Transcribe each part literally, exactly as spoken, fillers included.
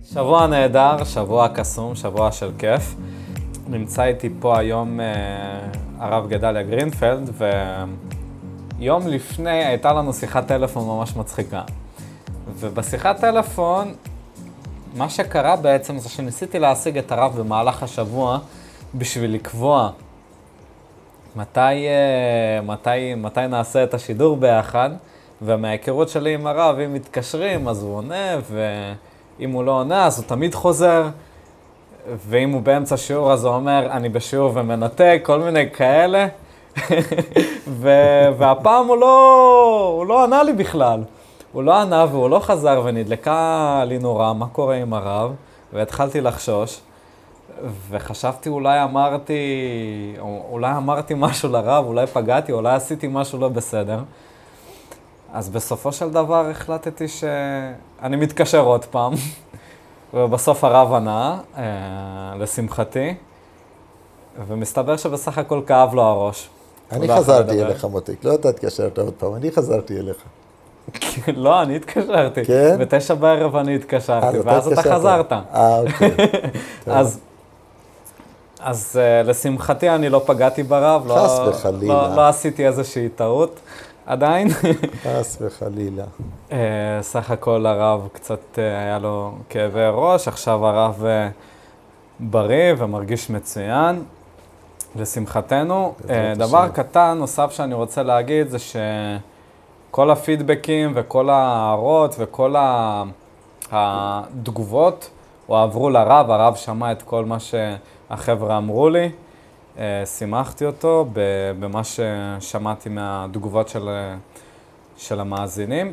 שבוע נהדר, שבוע קסום, שבוע של כיף. נמצא איתי פה היום אה, הרב גדליה גרינפלד, ויום לפני הייתה לנו שיחת טלפון ממש מצחיקה. ובשיחת טלפון, מה שקרה בעצם זה שניסיתי להשיג את הרב במהלך השבוע בשביל לקבוע מתי, אה, מתי, מתי נעשה את השידור ביחד, ומההיכרות שלי עם הרב, אם מתקשרים אז הוא עונה, ואם הוא לא עונה אז הוא תמיד חוזר, ואם הוא באמצע שיעור אז הוא אומר אני בשיעור ומנתק, כל מיני כאלה, ו- והפעם הוא לא, הוא לא ענה לי בכלל. הוא לא ענה והוא לא חזר ונדלקה לי נורא, מה קורה עם הרב? והתחלתי לחשוש, וחשבתי אולי אמרתי, אולי אמרתי משהו לרב, אולי פגעתי, אולי עשיתי משהו לא בסדר. אז בסופו של דבר החלטתי שאני מתקשר עוד פעם, ובסוף הרב ענה, אה, לשמחתי, ומסתבר שבסך הכל כאב לו הראש. אני חזרתי אליך, מותיק, לא אתה התקשרת עוד פעם, אני חזרתי אליך. לא, אני התקשרתי. כן? בתשע בערב אני התקשרתי, אז ואז אתה חזרת. אה, אוקיי. אז, אז uh, לשמחתי אני לא פגעתי ברב, לא, חס וחלילה. לא, לא עשיתי איזושהי טעות עדיין. חס וחלילה. uh, סך הכל הרב קצת uh, היה לו כאבי ראש, עכשיו הרב uh, בריא ומרגיש מצוין, לשמחתנו. Uh, דבר קטן נוסף שאני רוצה להגיד זה שכל הפידבקים וכל ההערות וכל התגובות הועברו לרב, הרב שמע את כל מה שהחבר'ה אמרו לי, שימחתי אותו במה ששמעתי מהתגובות של, של המאזינים,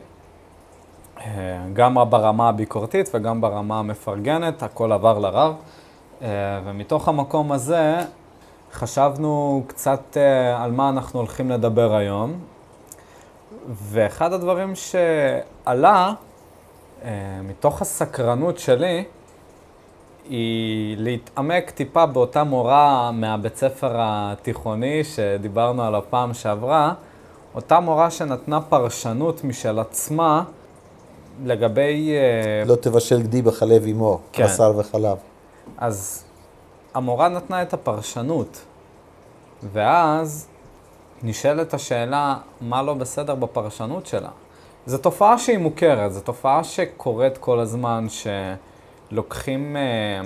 גם ברמה הביקורתית וגם ברמה המפרגנת, הכל עבר לרב, ומתוך המקום הזה חשבנו קצת על מה אנחנו הולכים לדבר היום, ואחד הדברים שעלה מתוך הסקרנות שלי, היא להתעמק טיפה באותה מורה מהבית ספר התיכוני שדיברנו על הפעם שעברה, אותה מורה שנתנה פרשנות משל עצמה לגבי... לא תבשל גדי בחלב אמו, כן. בשר וחלב. אז המורה נתנה את הפרשנות, ואז נשאלת השאלה מה לא בסדר בפרשנות שלה. זו תופעה שהיא מוכרת, זו תופעה שקורית כל הזמן, ש... לוקחים אה,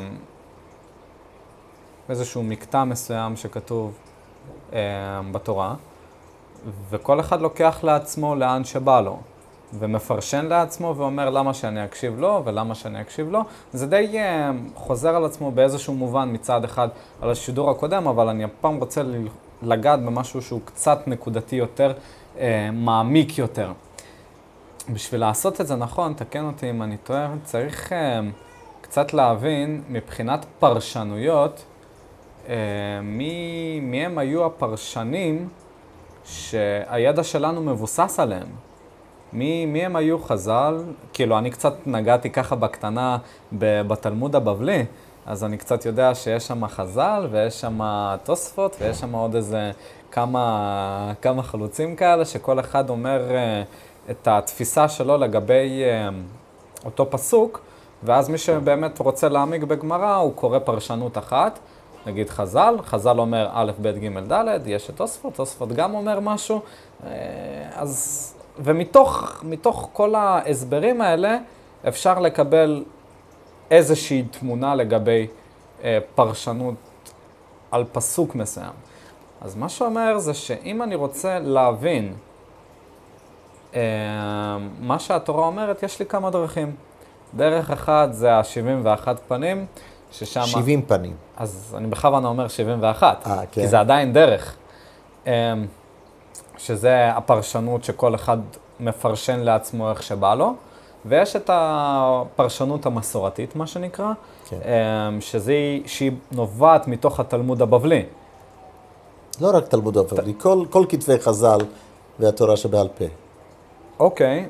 איזשהו מקטע מסוים שכתוב אה, בתורה, וכל אחד לוקח לעצמו לאן שבא לו, ומפרשן לעצמו ואומר למה שאני אקשיב לו ולמה שאני אקשיב לו. זה די אה, חוזר על עצמו באיזשהו מובן מצד אחד על השידור הקודם, אבל אני הפעם רוצה לגעת במשהו שהוא קצת נקודתי יותר, אה, מעמיק יותר. בשביל לעשות את זה נכון, תקן אותי אם אני טועה, צריך... אה, קצת להבין מבחינת פרשנויות, אה, מי, מי הם היו הפרשנים שהידע שלנו מבוסס עליהם. מי, מי הם היו חז"ל? כאילו, אני קצת נגעתי ככה בקטנה בתלמוד הבבלי, אז אני קצת יודע שיש שם חז"ל ויש שם תוספות ויש שם עוד איזה כמה, כמה חלוצים כאלה, שכל אחד אומר אה, את התפיסה שלו לגבי אה, אותו פסוק, ואז מי שבאמת רוצה להעמיק בגמרא, הוא קורא פרשנות אחת, נגיד חז"ל, חז"ל אומר א', ב', ג', ד', יש את תוספות, תוספות גם אומר משהו, אז, ומתוך מתוך כל ההסברים האלה, אפשר לקבל איזושהי תמונה לגבי פרשנות על פסוק מסוים. אז מה שאומר זה שאם אני רוצה להבין מה שהתורה אומרת, יש לי כמה דרכים. דרך אחת זה ה-שבעים ואחת פנים, ששם... שבעים פנים. אז אני בכוונה אומר שבעים ואחת, 아, כן. כי זה עדיין דרך. שזה הפרשנות שכל אחד מפרשן לעצמו איך שבא לו, ויש את הפרשנות המסורתית, מה שנקרא, כן. שזה, שהיא נובעת מתוך התלמוד הבבלי. לא רק תלמוד הבבלי, ת... כל, כל כתבי חז"ל והתורה שבעל פה. אוקיי.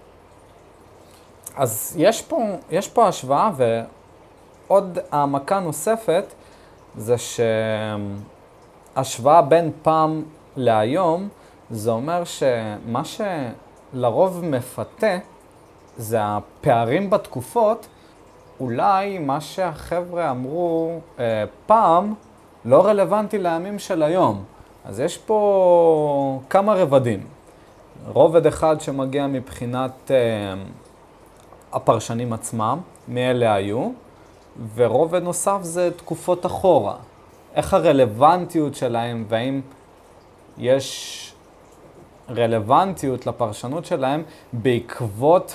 אז יש פה, יש פה השוואה, ועוד העמקה נוספת, זה שהשוואה בין פעם להיום, זה אומר שמה שלרוב מפתה, זה הפערים בתקופות, אולי מה שהחבר'ה אמרו אה, פעם לא רלוונטי לימים של היום. אז יש פה כמה רבדים. רובד אחד שמגיע מבחינת אה, הפרשנים עצמם, מי אלה היו, ורובד נוסף זה תקופות אחורה. איך הרלוונטיות שלהם, והאם יש רלוונטיות לפרשנות שלהם בעקבות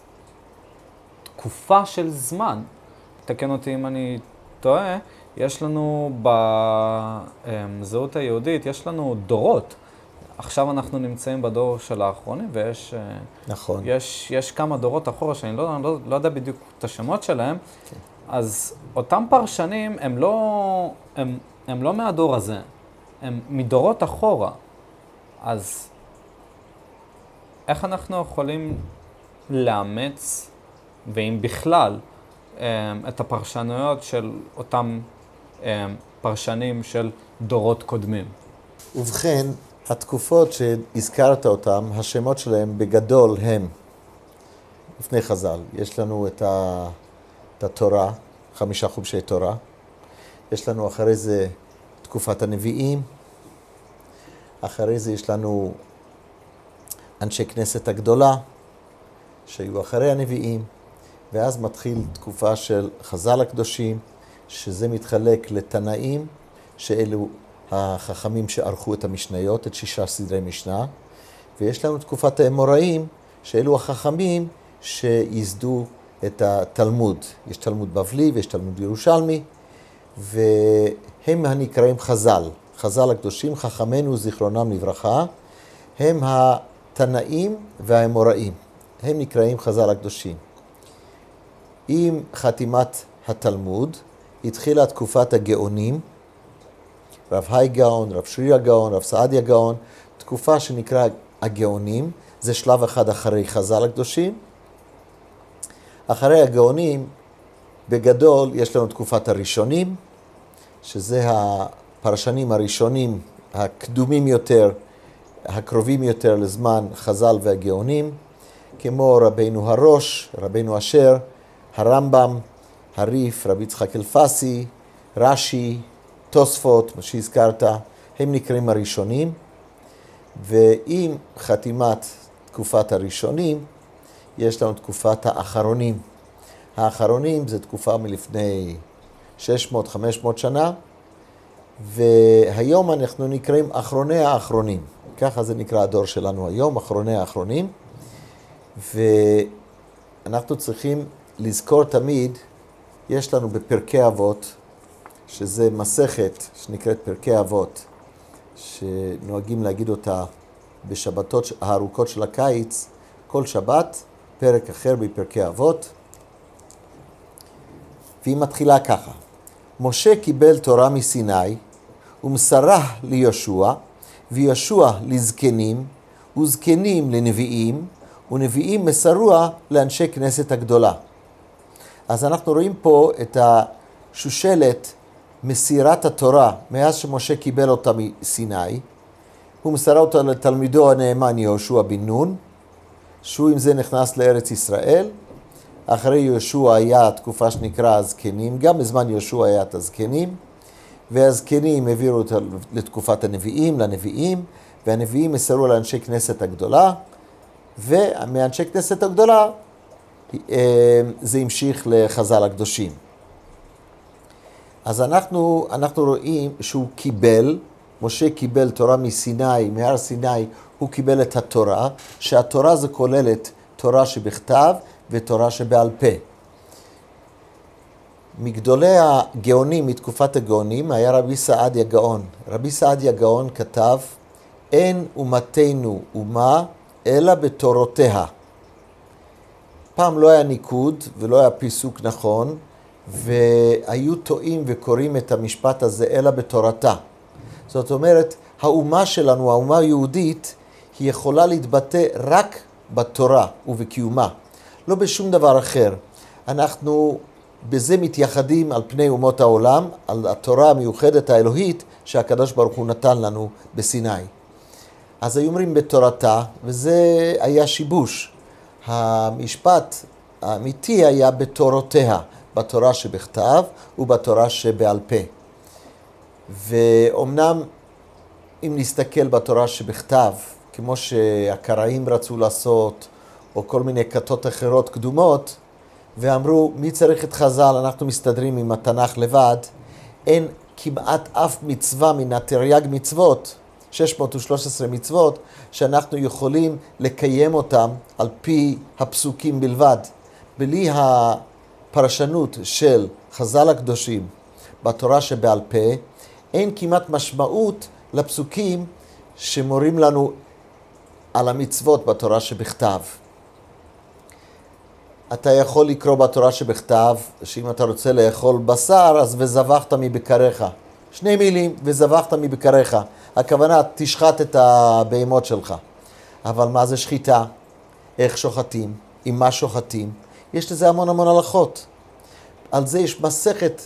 תקופה של זמן. תקן אותי אם אני טועה, יש לנו בזהות היהודית, יש לנו דורות. עכשיו אנחנו נמצאים בדור של האחרונים, ויש נכון. יש, יש כמה דורות אחורה שאני לא, לא, לא יודע בדיוק את השמות שלהם. כן. אז אותם פרשנים הם לא, הם, הם לא מהדור הזה, הם מדורות אחורה. אז איך אנחנו יכולים לאמץ, ואם בכלל, את הפרשנויות של אותם פרשנים של דורות קודמים? ובכן, התקופות שהזכרת אותן, השמות שלהם בגדול הם, לפני חז"ל, יש לנו את, ה, את התורה, חמישה חומשי תורה, יש לנו אחרי זה תקופת הנביאים, אחרי זה יש לנו אנשי כנסת הגדולה, שהיו אחרי הנביאים, ואז מתחיל תקופה של חז"ל הקדושים, שזה מתחלק לתנאים, שאלו החכמים שערכו את המשניות, את שישה סדרי משנה, ויש לנו תקופת האמוראים, שאלו החכמים שיסדו את התלמוד. יש תלמוד בבלי ויש תלמוד ירושלמי, והם הנקראים חז"ל. חז"ל הקדושים, חכמינו זיכרונם לברכה, הם התנאים והאמוראים. הם נקראים חז"ל הקדושים. עם חתימת התלמוד התחילה תקופת הגאונים, רב היי גאון, רב שרי הגאון, רב סעדיה גאון, תקופה שנקרא הגאונים, זה שלב אחד אחרי חז"ל הקדושים. אחרי הגאונים, בגדול, יש לנו תקופת הראשונים, שזה הפרשנים הראשונים, הקדומים יותר, הקרובים יותר לזמן חז"ל והגאונים, כמו רבינו הראש, רבינו אשר, הרמב"ם, הריף, רבי יצחק אלפסי, רש"י, תוספות, מה שהזכרת, הם נקראים הראשונים, ועם חתימת תקופת הראשונים, יש לנו תקופת האחרונים. האחרונים זה תקופה מלפני שש מאות חמש מאות שנה, והיום אנחנו נקראים אחרוני האחרונים. ככה זה נקרא הדור שלנו היום, אחרוני האחרונים, ואנחנו צריכים לזכור תמיד, יש לנו בפרקי אבות, שזה מסכת שנקראת פרקי אבות, שנוהגים להגיד אותה בשבתות הארוכות של הקיץ, כל שבת, פרק אחר בפרקי אבות, והיא מתחילה ככה. משה קיבל תורה מסיני, ומסרה ליהושע, ויהושע לזקנים, וזקנים לנביאים, ונביאים מסרוה לאנשי כנסת הגדולה. אז אנחנו רואים פה את השושלת מסירת התורה, מאז שמשה קיבל אותה מסיני, הוא מסרה אותה לתלמידו הנאמן יהושע בן נון, שהוא עם זה נכנס לארץ ישראל. אחרי יהושע היה תקופה שנקרא הזקנים, גם בזמן יהושע היה את הזקנים, והזקנים העבירו אותה לתקופת הנביאים, לנביאים, והנביאים מסרו לאנשי כנסת הגדולה, ומאנשי כנסת הגדולה זה המשיך לחז"ל הקדושים. אז אנחנו, אנחנו רואים שהוא קיבל, משה קיבל תורה מסיני, מהר סיני, הוא קיבל את התורה, שהתורה זה כוללת תורה שבכתב ותורה שבעל פה. מגדולי הגאונים, מתקופת הגאונים, היה רבי סעדיה גאון. רבי סעדיה גאון כתב, אין אומתנו אומה אלא בתורותיה. פעם לא היה ניקוד ולא היה פיסוק נכון, והיו טועים וקוראים את המשפט הזה אלא בתורתה. זאת אומרת, האומה שלנו, האומה היהודית, היא יכולה להתבטא רק בתורה ובקיומה, לא בשום דבר אחר. אנחנו בזה מתייחדים על פני אומות העולם, על התורה המיוחדת האלוהית שהקדוש ברוך הוא נתן לנו בסיני. אז היו אומרים בתורתה, וזה היה שיבוש. המשפט האמיתי היה בתורותיה, בתורה שבכתב ובתורה שבעל פה. ואומנם אם נסתכל בתורה שבכתב, כמו שהקראים רצו לעשות, או כל מיני כתות אחרות קדומות, ואמרו, מי צריך את חז"ל, אנחנו מסתדרים עם התנ"ך לבד, אין כמעט אף מצווה מן התרי"ג מצוות, שש מאות ושלוש עשרה מצוות, שאנחנו יכולים לקיים אותם על פי הפסוקים בלבד. בלי הפרשנות של חז"ל הקדושים בתורה שבעל פה, אין כמעט משמעות לפסוקים שמורים לנו על המצוות בתורה שבכתב. אתה יכול לקרוא בתורה שבכתב, שאם אתה רוצה לאכול בשר, אז וזבחת מבקריך. שני מילים, וזבחת מבקריך. הכוונה, תשחט את הבהמות שלך. אבל מה זה שחיטה? איך שוחטים? עם מה שוחטים? יש לזה המון המון הלכות. על זה יש מסכת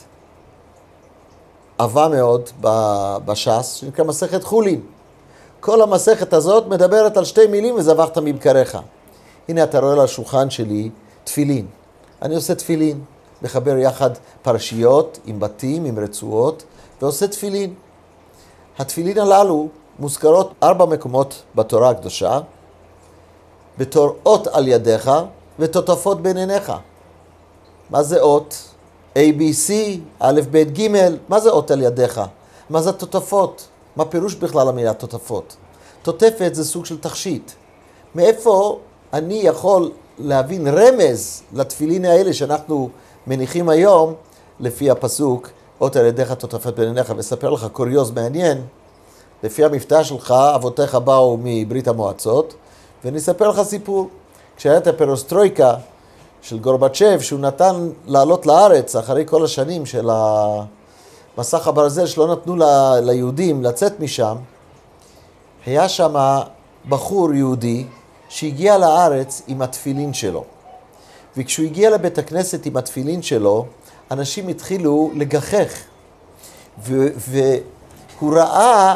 עבה מאוד בש"ס, שנקרא מסכת חולין. כל המסכת הזאת מדברת על שתי מילים, וזבחת מבקריך. הנה אתה רואה על השולחן שלי תפילין. אני עושה תפילין, מחבר יחד פרשיות עם בתים, עם רצועות, ועושה תפילין. התפילין הללו מוזכרות ארבע מקומות בתורה הקדושה, בתור אות על ידיך ותותפות בין עיניך. מה זה אות? A, B, C, א', ב', ג', מה זה אות על ידיך? מה זה תותפות? מה פירוש בכלל המילה תותפות? תותפת זה סוג של תכשיט. מאיפה אני יכול להבין רמז לתפילין האלה שאנחנו מניחים היום, לפי הפסוק, אות על ידיך תותפות בין עיניך, וספר לך קוריוז מעניין, לפי המבטא שלך, אבותיך באו מברית המועצות, ואני אספר לך סיפור. כשהייתה פרוסטרויקה של גורבצ'ב, שהוא נתן לעלות לארץ, אחרי כל השנים של מסך הברזל, שלא נתנו ל- ליהודים לצאת משם, היה שם בחור יהודי, שהגיע לארץ עם התפילין שלו. וכשהוא הגיע לבית הכנסת עם התפילין שלו, אנשים התחילו לגחך. ו- והוא ראה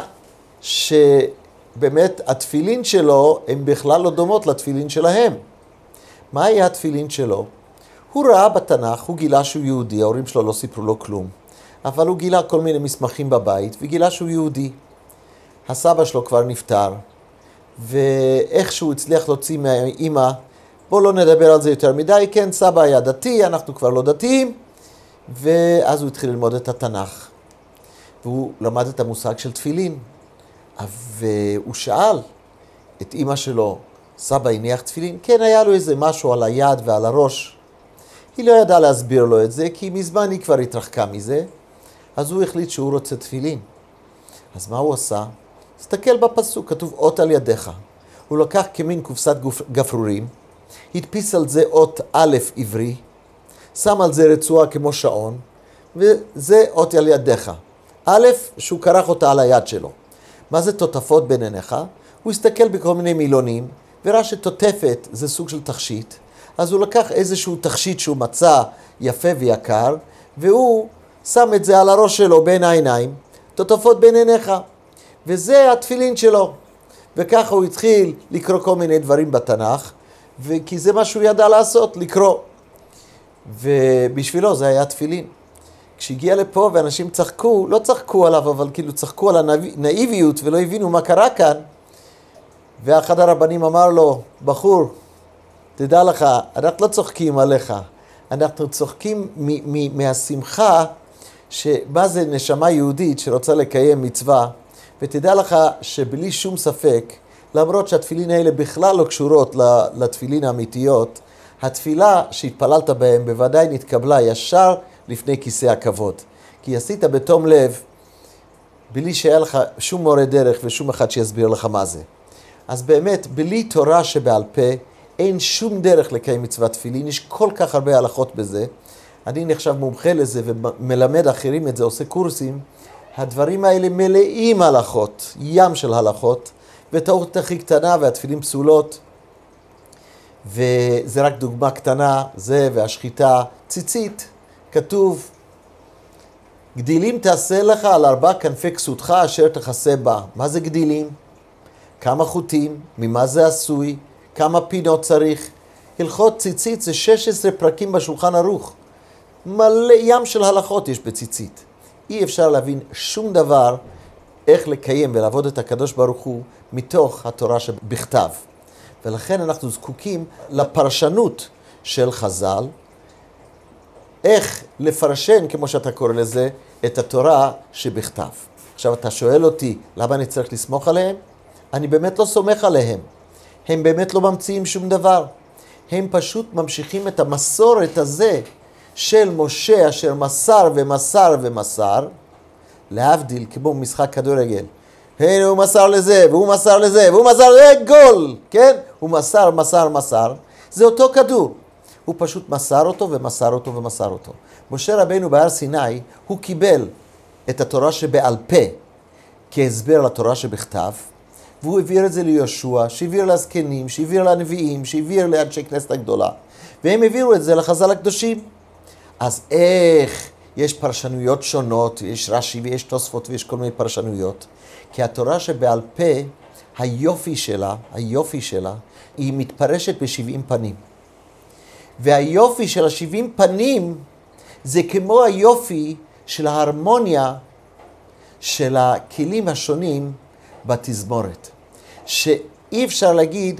שבאמת התפילין שלו הן בכלל לא דומות לתפילין שלהם. מה היה התפילין שלו? הוא ראה בתנ"ך, הוא גילה שהוא יהודי, ההורים שלו לא סיפרו לו כלום. אבל הוא גילה כל מיני מסמכים בבית, וגילה שהוא יהודי. הסבא שלו כבר נפטר. ואיכשהו הצליח להוציא מהאימא, בוא לא נדבר על זה יותר מדי, כן, סבא היה דתי, אנחנו כבר לא דתיים, ואז הוא התחיל ללמוד את התנ"ך. והוא למד את המושג של תפילין, והוא שאל את אימא שלו, סבא הניח תפילין? כן, היה לו איזה משהו על היד ועל הראש. היא לא ידעה להסביר לו את זה, כי מזמן היא כבר התרחקה מזה, אז הוא החליט שהוא רוצה תפילין. אז מה הוא עשה? תסתכל בפסוק, כתוב אות על ידיך. הוא לקח כמין קופסת גפרורים, הדפיס על זה אות א' עברי, שם על זה רצועה כמו שעון, וזה אות על ידיך. א', שהוא קרח אותה על היד שלו. מה זה תותפות בין עיניך? הוא הסתכל בכל מיני מילונים, וראה שתותפת זה סוג של תכשיט. אז הוא לקח איזשהו תכשיט שהוא מצא יפה ויקר, והוא שם את זה על הראש שלו בין העיניים, תותפות בין עיניך. וזה התפילין שלו. וככה הוא התחיל לקרוא כל מיני דברים בתנ"ך, כי זה מה שהוא ידע לעשות, לקרוא. ובשבילו זה היה תפילין. כשהגיע לפה ואנשים צחקו, לא צחקו עליו, אבל כאילו צחקו על הנאיביות ולא הבינו מה קרה כאן. ואחד הרבנים אמר לו, בחור, תדע לך, אנחנו לא צוחקים עליך, אנחנו צוחקים מ- מ- מהשמחה, שמה זה נשמה יהודית שרוצה לקיים מצווה, ותדע לך שבלי שום ספק, למרות שהתפילין האלה בכלל לא קשורות לתפילין האמיתיות, התפילה שהתפללת בהם בוודאי נתקבלה ישר לפני כיסא הכבוד. כי עשית בתום לב, בלי שהיה לך שום מורה דרך ושום אחד שיסביר לך מה זה. אז באמת, בלי תורה שבעל פה, אין שום דרך לקיים מצוות תפילין, יש כל כך הרבה הלכות בזה. אני נחשב מומחה לזה ומלמד אחרים את זה, עושה קורסים. הדברים האלה מלאים הלכות, ים של הלכות, וטעות הכי קטנה והתפילין פסולות. וזה רק דוגמה קטנה, זה והשחיטה ציצית. כתוב, גדילים תעשה לך על ארבע כנפי כסותך אשר תכסה בה. מה זה גדילים? כמה חוטים, ממה זה עשוי, כמה פינות צריך. הלכות ציצית זה שש עשרה פרקים בשולחן ערוך. מלא ים של הלכות יש בציצית. אי אפשר להבין שום דבר איך לקיים ולעבוד את הקדוש ברוך הוא מתוך התורה שבכתב. ולכן אנחנו זקוקים לפרשנות של חז"ל, איך לפרשן, כמו שאתה קורא לזה, את התורה שבכתב. עכשיו אתה שואל אותי, למה אני צריך לסמוך עליהם? אני באמת לא סומך עליהם. הם באמת לא ממציאים שום דבר. הם פשוט ממשיכים את המסורת הזה של משה אשר מסר ומסר ומסר, להבדיל כמו משחק כדורגל. הנה הוא מסר לזה, והוא מסר לזה, והוא מסר לזה, גול! כן? הוא מסר, מסר, מסר. זה אותו כדור. הוא פשוט מסר אותו ומסר אותו ומסר אותו. משה רבנו בהר סיני, הוא קיבל את התורה שבעל פה כהסבר לתורה שבכתב, והוא העביר את זה ליהושע, שהעביר לזקנים, שהעביר לנביאים, שהעביר לאנשי כנסת הגדולה. והם העבירו את זה לחז"ל הקדושים. אז איך יש פרשנויות שונות, יש רש"י ויש תוספות ויש כל מיני פרשנויות? כי התורה שבעל פה, היופי שלה, היופי שלה, היא מתפרשת בשבעים פנים. והיופי של השבעים פנים זה כמו היופי של ההרמוניה של הכלים השונים בתזמורת. שאי אפשר להגיד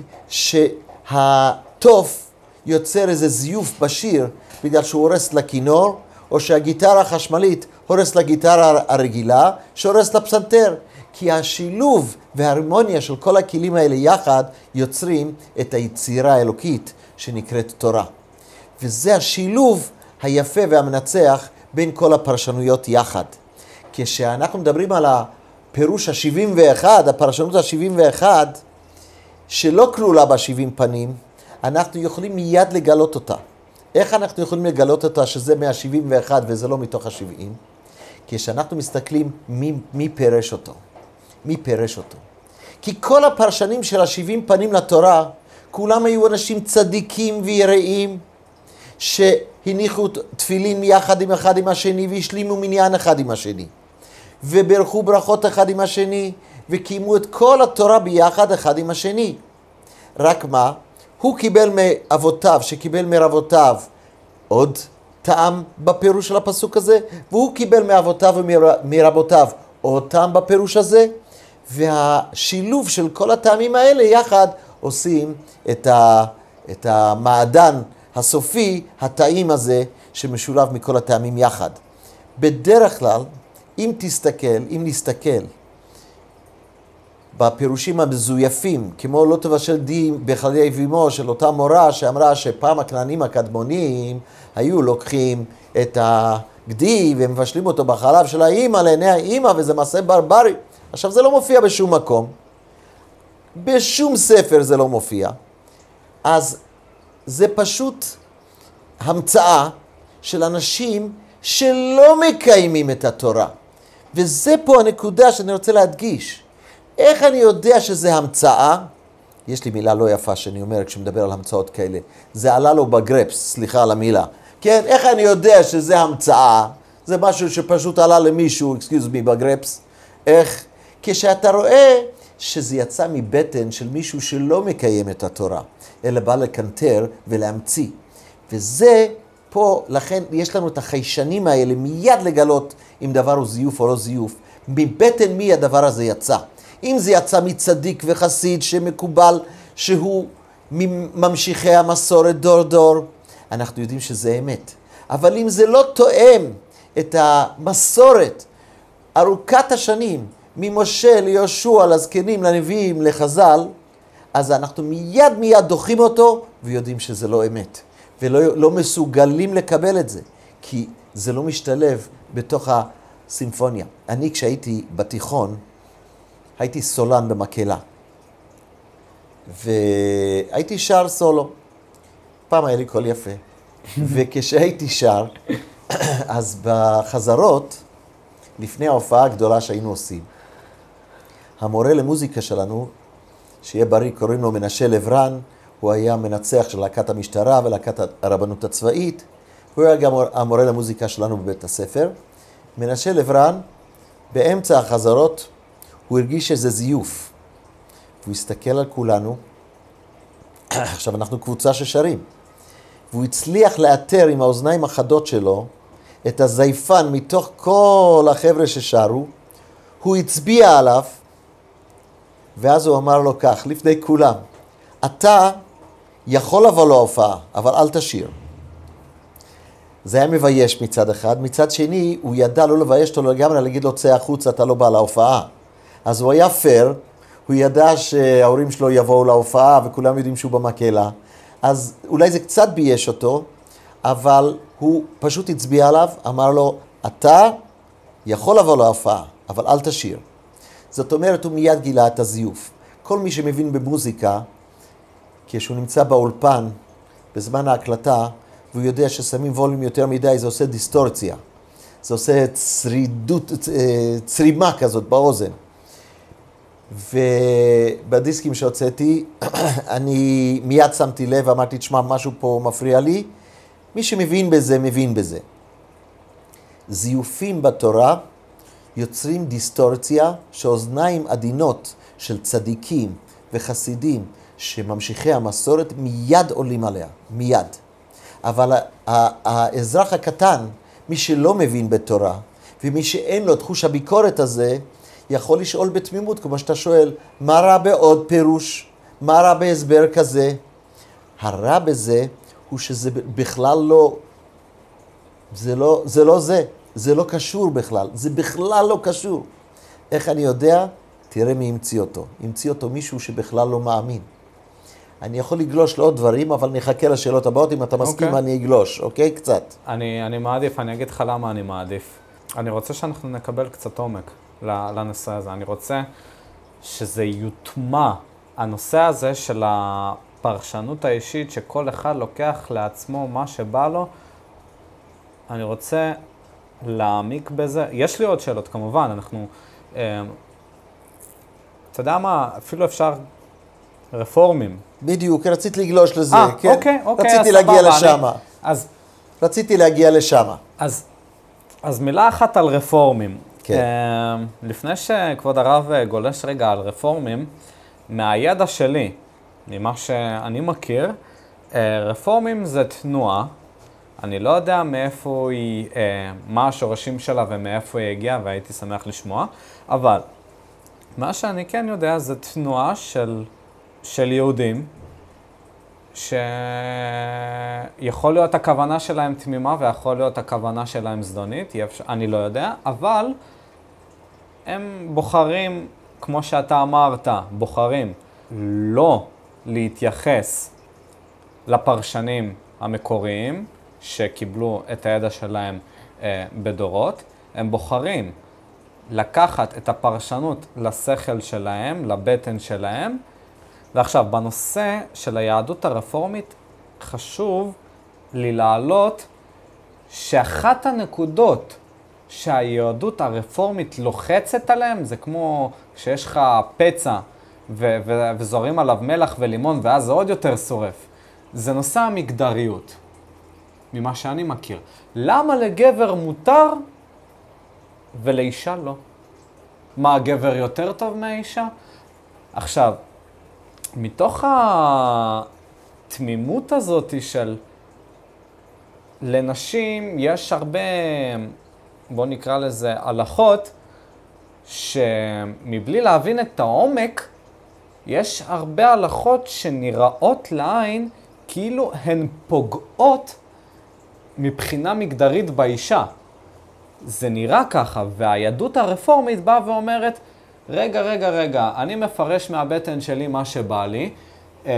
שהטוף יוצר איזה זיוף בשיר בגלל שהוא הורס לכינור, או שהגיטרה החשמלית הורס לגיטרה הרגילה, שהורס לפסנתר. כי השילוב וההרמוניה של כל הכלים האלה יחד יוצרים את היצירה האלוקית שנקראת תורה. וזה השילוב היפה והמנצח בין כל הפרשנויות יחד. כשאנחנו מדברים על הפירוש ה-שבעים ואחת, הפרשנות ה-שבעים ואחת, שלא כלולה ב-שבעים פנים, אנחנו יכולים מיד לגלות אותה. איך אנחנו יכולים לגלות אותה שזה מה-שבעים ואחת וזה לא מתוך ה-שבעים? כשאנחנו מסתכלים מי, מי פירש אותו. מי פירש אותו? כי כל הפרשנים של ה-שבעים פנים לתורה, כולם היו אנשים צדיקים ויראים, שהניחו תפילין יחד עם אחד עם השני, והשלימו מניין אחד עם השני. וברכו ברכות אחד עם השני, וקיימו את כל התורה ביחד אחד עם השני. רק מה? הוא קיבל מאבותיו, שקיבל מרבותיו, עוד טעם בפירוש של הפסוק הזה, והוא קיבל מאבותיו ומרבותיו עוד טעם בפירוש הזה, והשילוב של כל הטעמים האלה יחד עושים את, ה, את המעדן הסופי, הטעים הזה, שמשולב מכל הטעמים יחד. בדרך כלל, אם תסתכל, אם נסתכל, בפירושים המזויפים, כמו לא תבשל דין בחללי אבימו של אותה מורה שאמרה שפעם הכנענים הקדמונים היו לוקחים את הגדי ומבשלים אותו בחלב של האמא לעיני האמא, וזה מעשה ברברי. עכשיו זה לא מופיע בשום מקום, בשום ספר זה לא מופיע, אז זה פשוט המצאה של אנשים שלא מקיימים את התורה. וזה פה הנקודה שאני רוצה להדגיש. איך אני יודע שזה המצאה? יש לי מילה לא יפה שאני אומר כשמדבר על המצאות כאלה. זה עלה לו בגרפס, סליחה על המילה. כן, איך אני יודע שזה המצאה? זה משהו שפשוט עלה למישהו, excuse me, בגרפס. איך? כשאתה רואה שזה יצא מבטן של מישהו שלא מקיים את התורה, אלא בא לקנטר ולהמציא. וזה פה, לכן יש לנו את החיישנים האלה מיד לגלות אם דבר הוא זיוף או לא זיוף. מבטן מי הדבר הזה יצא. אם זה יצא מצדיק וחסיד שמקובל שהוא ממשיכי המסורת דור דור, אנחנו יודעים שזה אמת. אבל אם זה לא תואם את המסורת ארוכת השנים, ממשה ליהושע, לזקנים, לנביאים, לחז"ל, אז אנחנו מיד מיד דוחים אותו ויודעים שזה לא אמת. ולא לא מסוגלים לקבל את זה, כי זה לא משתלב בתוך הסימפוניה. אני כשהייתי בתיכון, הייתי סולן במקהלה. והייתי שר סולו. פעם היה לי קול יפה. וכשהייתי שר, אז בחזרות, לפני ההופעה הגדולה שהיינו עושים, המורה למוזיקה שלנו, שיהיה בריא, קוראים לו מנשה לברן, הוא היה מנצח של להקת המשטרה ולהקת הרבנות הצבאית, הוא היה גם המורה למוזיקה שלנו בבית הספר. מנשה לברן, באמצע החזרות, הוא הרגיש שזה זיוף. והוא הסתכל על כולנו, עכשיו אנחנו קבוצה ששרים, והוא הצליח לאתר עם האוזניים החדות שלו את הזייפן מתוך כל החבר'ה ששרו, הוא הצביע עליו, ואז הוא אמר לו כך, לפני כולם, אתה יכול לבוא להופעה, אבל אל תשיר. זה היה מבייש מצד אחד, מצד שני הוא ידע לא לבייש אותו לגמרי, להגיד לו צא החוץ, אתה לא בא להופעה. אז הוא היה פייר, הוא ידע שההורים שלו יבואו להופעה וכולם יודעים שהוא במקהלה, אז אולי זה קצת בייש אותו, אבל הוא פשוט הצביע עליו, אמר לו, אתה יכול לבוא להופעה, אבל אל תשיר. זאת אומרת, הוא מיד גילה את הזיוף. כל מי שמבין במוזיקה, כשהוא נמצא באולפן, בזמן ההקלטה, והוא יודע ששמים ווליום יותר מדי, זה עושה דיסטורציה. זה עושה צרידות, צרימה כזאת באוזן. ובדיסקים שהוצאתי, אני מיד שמתי לב, אמרתי, תשמע, משהו פה מפריע לי. מי שמבין בזה, מבין בזה. זיופים בתורה יוצרים דיסטורציה שאוזניים עדינות של צדיקים וחסידים שממשיכי המסורת מיד עולים עליה, מיד. אבל האזרח הקטן, מי שלא מבין בתורה, ומי שאין לו תחוש הביקורת הזה, יכול לשאול בתמימות, כמו שאתה שואל, מה רע בעוד פירוש? מה רע בהסבר כזה? הרע בזה הוא שזה בכלל לא, זה לא, זה לא זה, זה לא קשור בכלל, זה בכלל לא קשור. איך אני יודע? תראה מי המציא אותו. המציא אותו מישהו שבכלל לא מאמין. אני יכול לגלוש לעוד דברים, אבל נחכה לשאלות הבאות, אם אתה מסכים okay. אני אגלוש, אוקיי? קצת. אני, אני מעדיף, אני אגיד לך למה אני מעדיף. אני רוצה שאנחנו נקבל קצת עומק לנושא הזה. אני רוצה שזה יוטמע, הנושא הזה של הפרשנות האישית, שכל אחד לוקח לעצמו מה שבא לו. אני רוצה להעמיק בזה. יש לי עוד שאלות כמובן, אנחנו, אה, אתה יודע מה, אפילו אפשר רפורמים. בדיוק, רציתי לגלוש לזה, 아, כן? אוקיי, אוקיי, רציתי אז להגיע סבבה, לשם. אני, אז, רציתי להגיע לשם. אז, אז מילה אחת על רפורמים. כן. אה, לפני שכבוד הרב גולש רגע על רפורמים, מהידע שלי, ממה שאני מכיר, אה, רפורמים זה תנועה, אני לא יודע מאיפה היא, אה, מה השורשים שלה ומאיפה היא הגיעה, והייתי שמח לשמוע, אבל מה שאני כן יודע זה תנועה של, של יהודים, שיכול להיות הכוונה שלהם תמימה ויכול להיות הכוונה שלהם זדונית, אני לא יודע, אבל הם בוחרים, כמו שאתה אמרת, בוחרים לא להתייחס לפרשנים המקוריים, שקיבלו את הידע שלהם אה, בדורות, הם בוחרים לקחת את הפרשנות לשכל שלהם, לבטן שלהם. ועכשיו, בנושא של היהדות הרפורמית, חשוב לי להעלות שאחת הנקודות שהיהדות הרפורמית לוחצת עליהם, זה כמו שיש לך פצע ו- ו- וזורים עליו מלח ולימון, ואז זה עוד יותר שורף. זה נושא המגדריות. ממה שאני מכיר. למה לגבר מותר ולאישה לא? מה, הגבר יותר טוב מהאישה? עכשיו, מתוך התמימות הזאת של לנשים יש הרבה, בוא נקרא לזה, הלכות, שמבלי להבין את העומק, יש הרבה הלכות שנראות לעין כאילו הן פוגעות מבחינה מגדרית באישה. זה נראה ככה, והיהדות הרפורמית באה ואומרת, רגע, רגע, רגע, אני מפרש מהבטן שלי מה שבא לי. Uh,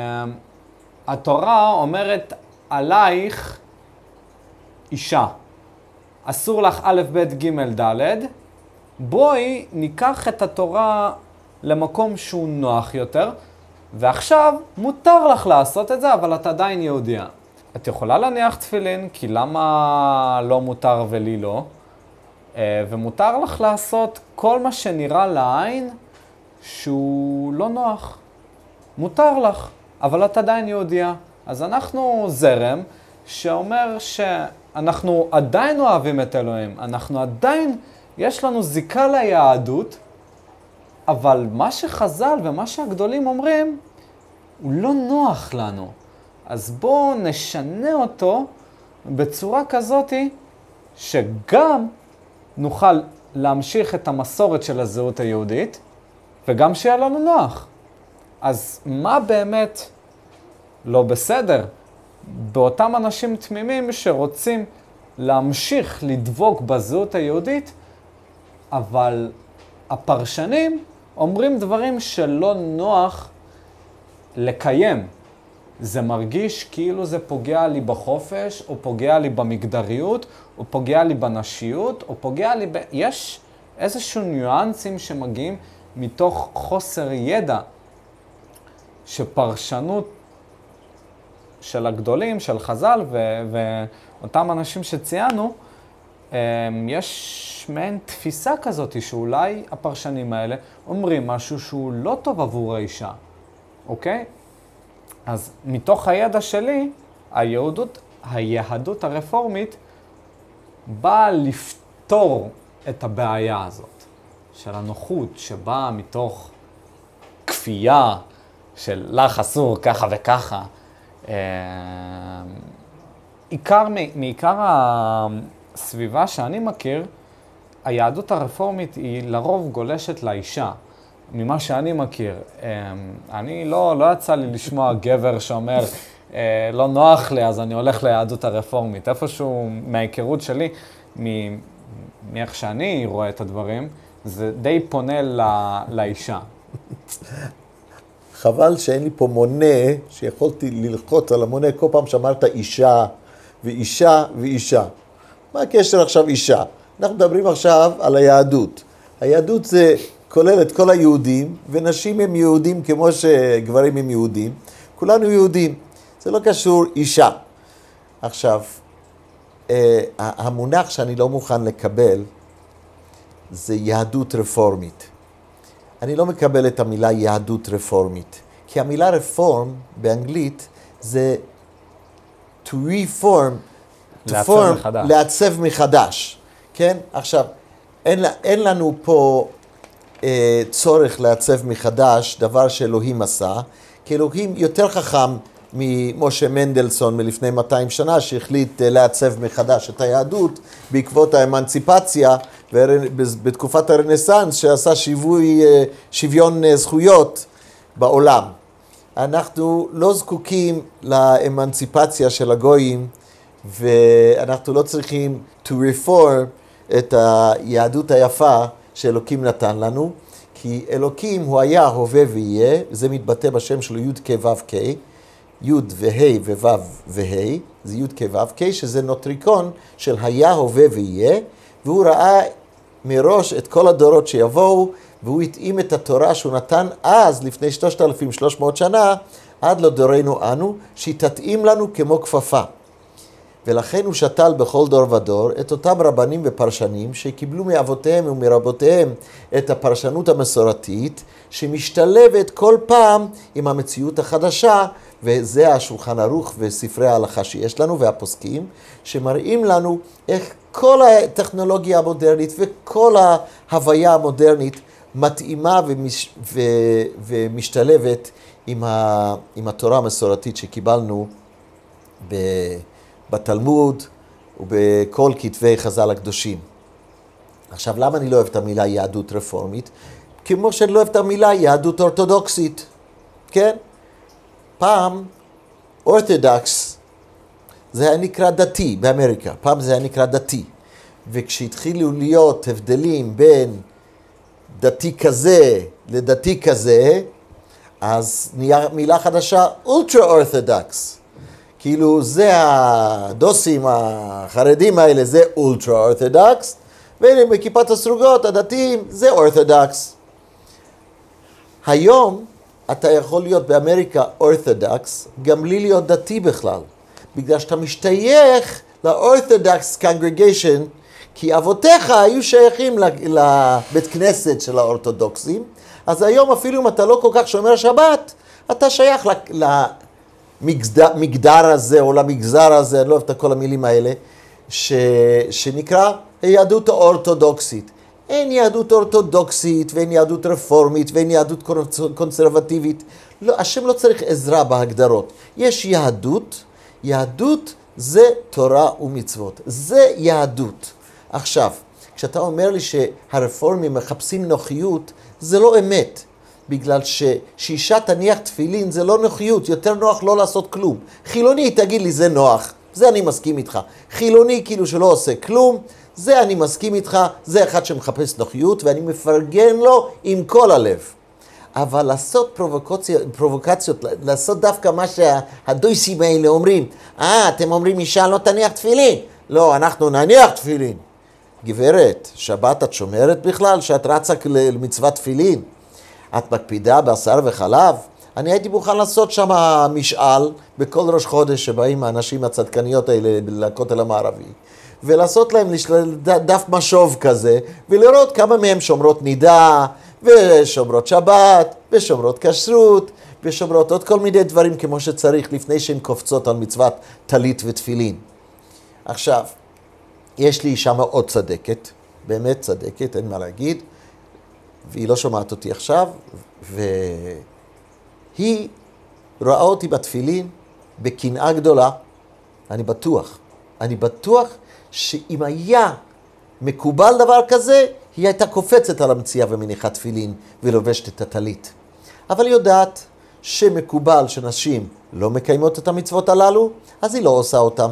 התורה אומרת עלייך אישה. אסור לך א', ב', ג', ד'. בואי ניקח את התורה למקום שהוא נוח יותר, ועכשיו מותר לך לעשות את זה, אבל את עדיין יהודיה. את יכולה להניח תפילין, כי למה לא מותר ולי לא? ומותר לך לעשות כל מה שנראה לעין שהוא לא נוח. מותר לך, אבל את עדיין יהודיה. אז אנחנו זרם שאומר שאנחנו עדיין אוהבים את אלוהים. אנחנו עדיין, יש לנו זיקה ליהדות, אבל מה שחז"ל ומה שהגדולים אומרים, הוא לא נוח לנו. אז בואו נשנה אותו בצורה כזאת שגם נוכל להמשיך את המסורת של הזהות היהודית, וגם שיהיה לנו נוח. אז מה באמת לא בסדר? באותם אנשים תמימים שרוצים להמשיך לדבוק בזהות היהודית, אבל הפרשנים אומרים דברים שלא נוח לקיים. זה מרגיש כאילו זה פוגע לי בחופש, או פוגע לי במגדריות, או פוגע לי בנשיות, או פוגע לי ב... יש איזשהו ניואנסים שמגיעים מתוך חוסר ידע, שפרשנות של הגדולים, של חז"ל, ו- ואותם אנשים שציינו, יש מעין תפיסה כזאת שאולי הפרשנים האלה אומרים משהו שהוא לא טוב עבור האישה, אוקיי? אז מתוך הידע שלי, היהדות, היהדות הרפורמית באה לפתור את הבעיה הזאת של הנוחות שבאה מתוך כפייה של לך אסור ככה וככה. עיקר, מעיקר הסביבה שאני מכיר, היהדות הרפורמית היא לרוב גולשת לאישה. ממה שאני מכיר, אני לא, לא יצא לי לשמוע גבר שאומר, לא נוח לי, אז אני הולך ליהדות הרפורמית. איפשהו מההיכרות שלי, מאיך שאני רואה את הדברים, זה די פונה לא, לאישה. חבל שאין לי פה מונה, שיכולתי ללחוץ על המונה כל פעם שאמרת אישה ואישה ואישה. מה הקשר עכשיו אישה? אנחנו מדברים עכשיו על היהדות. היהדות זה כולל את כל היהודים, ונשים הם יהודים כמו שגברים הם יהודים. כולנו יהודים. זה לא קשור אישה. עכשיו, המונח שאני לא מוכן לקבל זה יהדות רפורמית. אני לא מקבל את המילה יהדות רפורמית, כי המילה רפורם באנגלית זה to reform, to לעצב form, מחדש. לעצב מחדש. כן? עכשיו, אין, אין לנו פה אה, צורך לעצב מחדש דבר שאלוהים עשה, כי אלוהים יותר חכם ממשה מנדלסון מלפני מאתיים שנה, שהחליט אה, לעצב מחדש את היהדות בעקבות האמנציפציה, בתקופת הרנסנס שעשה שיווי, שוויון זכויות בעולם. אנחנו לא זקוקים לאמנציפציה של הגויים, ואנחנו לא צריכים to reform את היהדות היפה שאלוקים נתן לנו, כי אלוקים הוא היה, הווה ויהיה, זה מתבטא בשם שלו י' כ' ו' כ', י' וה' וו' וה', זה י' כ' ו' כ', שזה נוטריקון של היה, הווה ויהיה, והוא ראה מראש את כל הדורות שיבואו, והוא התאים את התורה שהוא נתן אז, לפני שלושת אלפים ושלוש מאות שנה, עד לדורנו אנו, שהיא תתאים לנו כמו כפפה. ולכן הוא שתל בכל דור ודור את אותם רבנים ופרשנים שקיבלו מאבותיהם ומרבותיהם את הפרשנות המסורתית, שמשתלבת כל פעם עם המציאות החדשה, וזה השולחן ערוך וספרי ההלכה שיש לנו והפוסקים, שמראים לנו איך כל הטכנולוגיה המודרנית וכל ההוויה המודרנית מתאימה ומש, ו, ומשתלבת עם, ה, עם התורה המסורתית שקיבלנו ב, בתלמוד ובכל כתבי חז"ל הקדושים. עכשיו, למה אני לא אוהב את המילה יהדות רפורמית? כמו שאני לא אוהב את המילה יהדות אורתודוקסית, כן? פעם אורתודוקס זה היה נקרא דתי באמריקה, פעם זה היה נקרא דתי. וכשהתחילו להיות הבדלים בין דתי כזה לדתי כזה, אז נהיה מילה חדשה, אולטרה אורתודוקס. כאילו זה הדוסים החרדים האלה, זה אולטרה אורתודוקס, ואלה בכיפת הסרוגות, הדתיים, זה אורתודוקס. היום אתה יכול להיות באמריקה אורתודוקס, גם בלי להיות דתי בכלל. בגלל שאתה משתייך לאורתודוקס קונגרגיישן, כי אבותיך היו שייכים לבית כנסת של האורתודוקסים, אז היום אפילו אם אתה לא כל כך שומר שבת, אתה שייך למגדר הזה או למגזר הזה, אני לא אוהב את כל המילים האלה, ש... שנקרא היהדות האורתודוקסית. אין יהדות אורתודוקסית ואין יהדות רפורמית ואין יהדות קונסרבטיבית. לא, השם לא צריך עזרה בהגדרות. יש יהדות, יהדות זה תורה ומצוות, זה יהדות. עכשיו, כשאתה אומר לי שהרפורמים מחפשים נוחיות, זה לא אמת. בגלל שאישה תניח תפילין זה לא נוחיות, יותר נוח לא לעשות כלום. חילוני תגיד לי זה נוח, זה אני מסכים איתך. חילוני כאילו שלא עושה כלום, זה אני מסכים איתך, זה אחד שמחפש נוחיות ואני מפרגן לו עם כל הלב. אבל לעשות פרובוקציות, פרובוקציות לעשות דווקא מה שהדויסים האלה אומרים, אה, אתם אומרים אישה לא תניח תפילין. לא, אנחנו נניח תפילין. גברת, שבת את שומרת בכלל שאת רצה למצוות תפילין? את מקפידה בשר וחלב? אני הייתי מוכן לעשות שם משאל בכל ראש חודש שבאים האנשים הצדקניות האלה לכותל המערבי, ולעשות להם דף משוב כזה, ולראות כמה מהם שומרות נידה, ושומרות שבת, ושומרות כשרות, ושומרות עוד כל מיני דברים כמו שצריך לפני שהן קופצות על מצוות טלית ותפילין. עכשיו, יש לי אישה מאוד צדקת, באמת צדקת, אין מה להגיד, והיא לא שומעת אותי עכשיו, והיא רואה אותי בתפילין בקנאה גדולה. אני בטוח, אני בטוח שאם היה מקובל דבר כזה, היא הייתה קופצת על המציאה ומניחה תפילין ולובשת את הטלית. אבל היא יודעת שמקובל שנשים לא מקיימות את המצוות הללו, אז היא לא עושה אותם.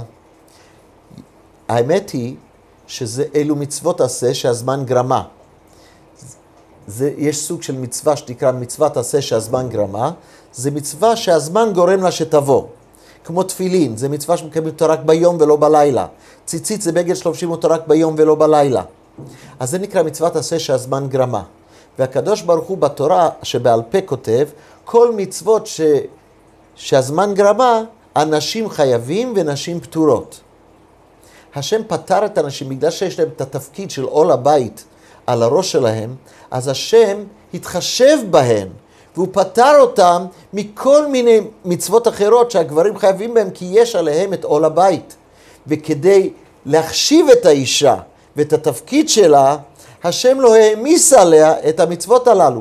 האמת היא שזה אלו מצוות עשה שהזמן גרמה. זה, יש סוג של מצווה שתקרא מצוות עשה שהזמן גרמה, זה מצווה שהזמן גורם לה שתבוא. כמו תפילין, זה מצווה שמקיימים אותו רק ביום ולא בלילה. ציצית זה בגד שלובשים אותו רק ביום ולא בלילה. אז זה נקרא מצוות עשה שהזמן גרמה. והקדוש ברוך הוא בתורה שבעל פה כותב, כל מצוות ש... שהזמן גרמה, אנשים חייבים ונשים פטורות. השם פטר את האנשים בגלל שיש להם את התפקיד של עול הבית על הראש שלהם, אז השם התחשב בהן, והוא פטר אותם מכל מיני מצוות אחרות שהגברים חייבים בהם, כי יש עליהם את עול הבית. וכדי להחשיב את האישה ואת התפקיד שלה, השם לא העמיס עליה את המצוות הללו.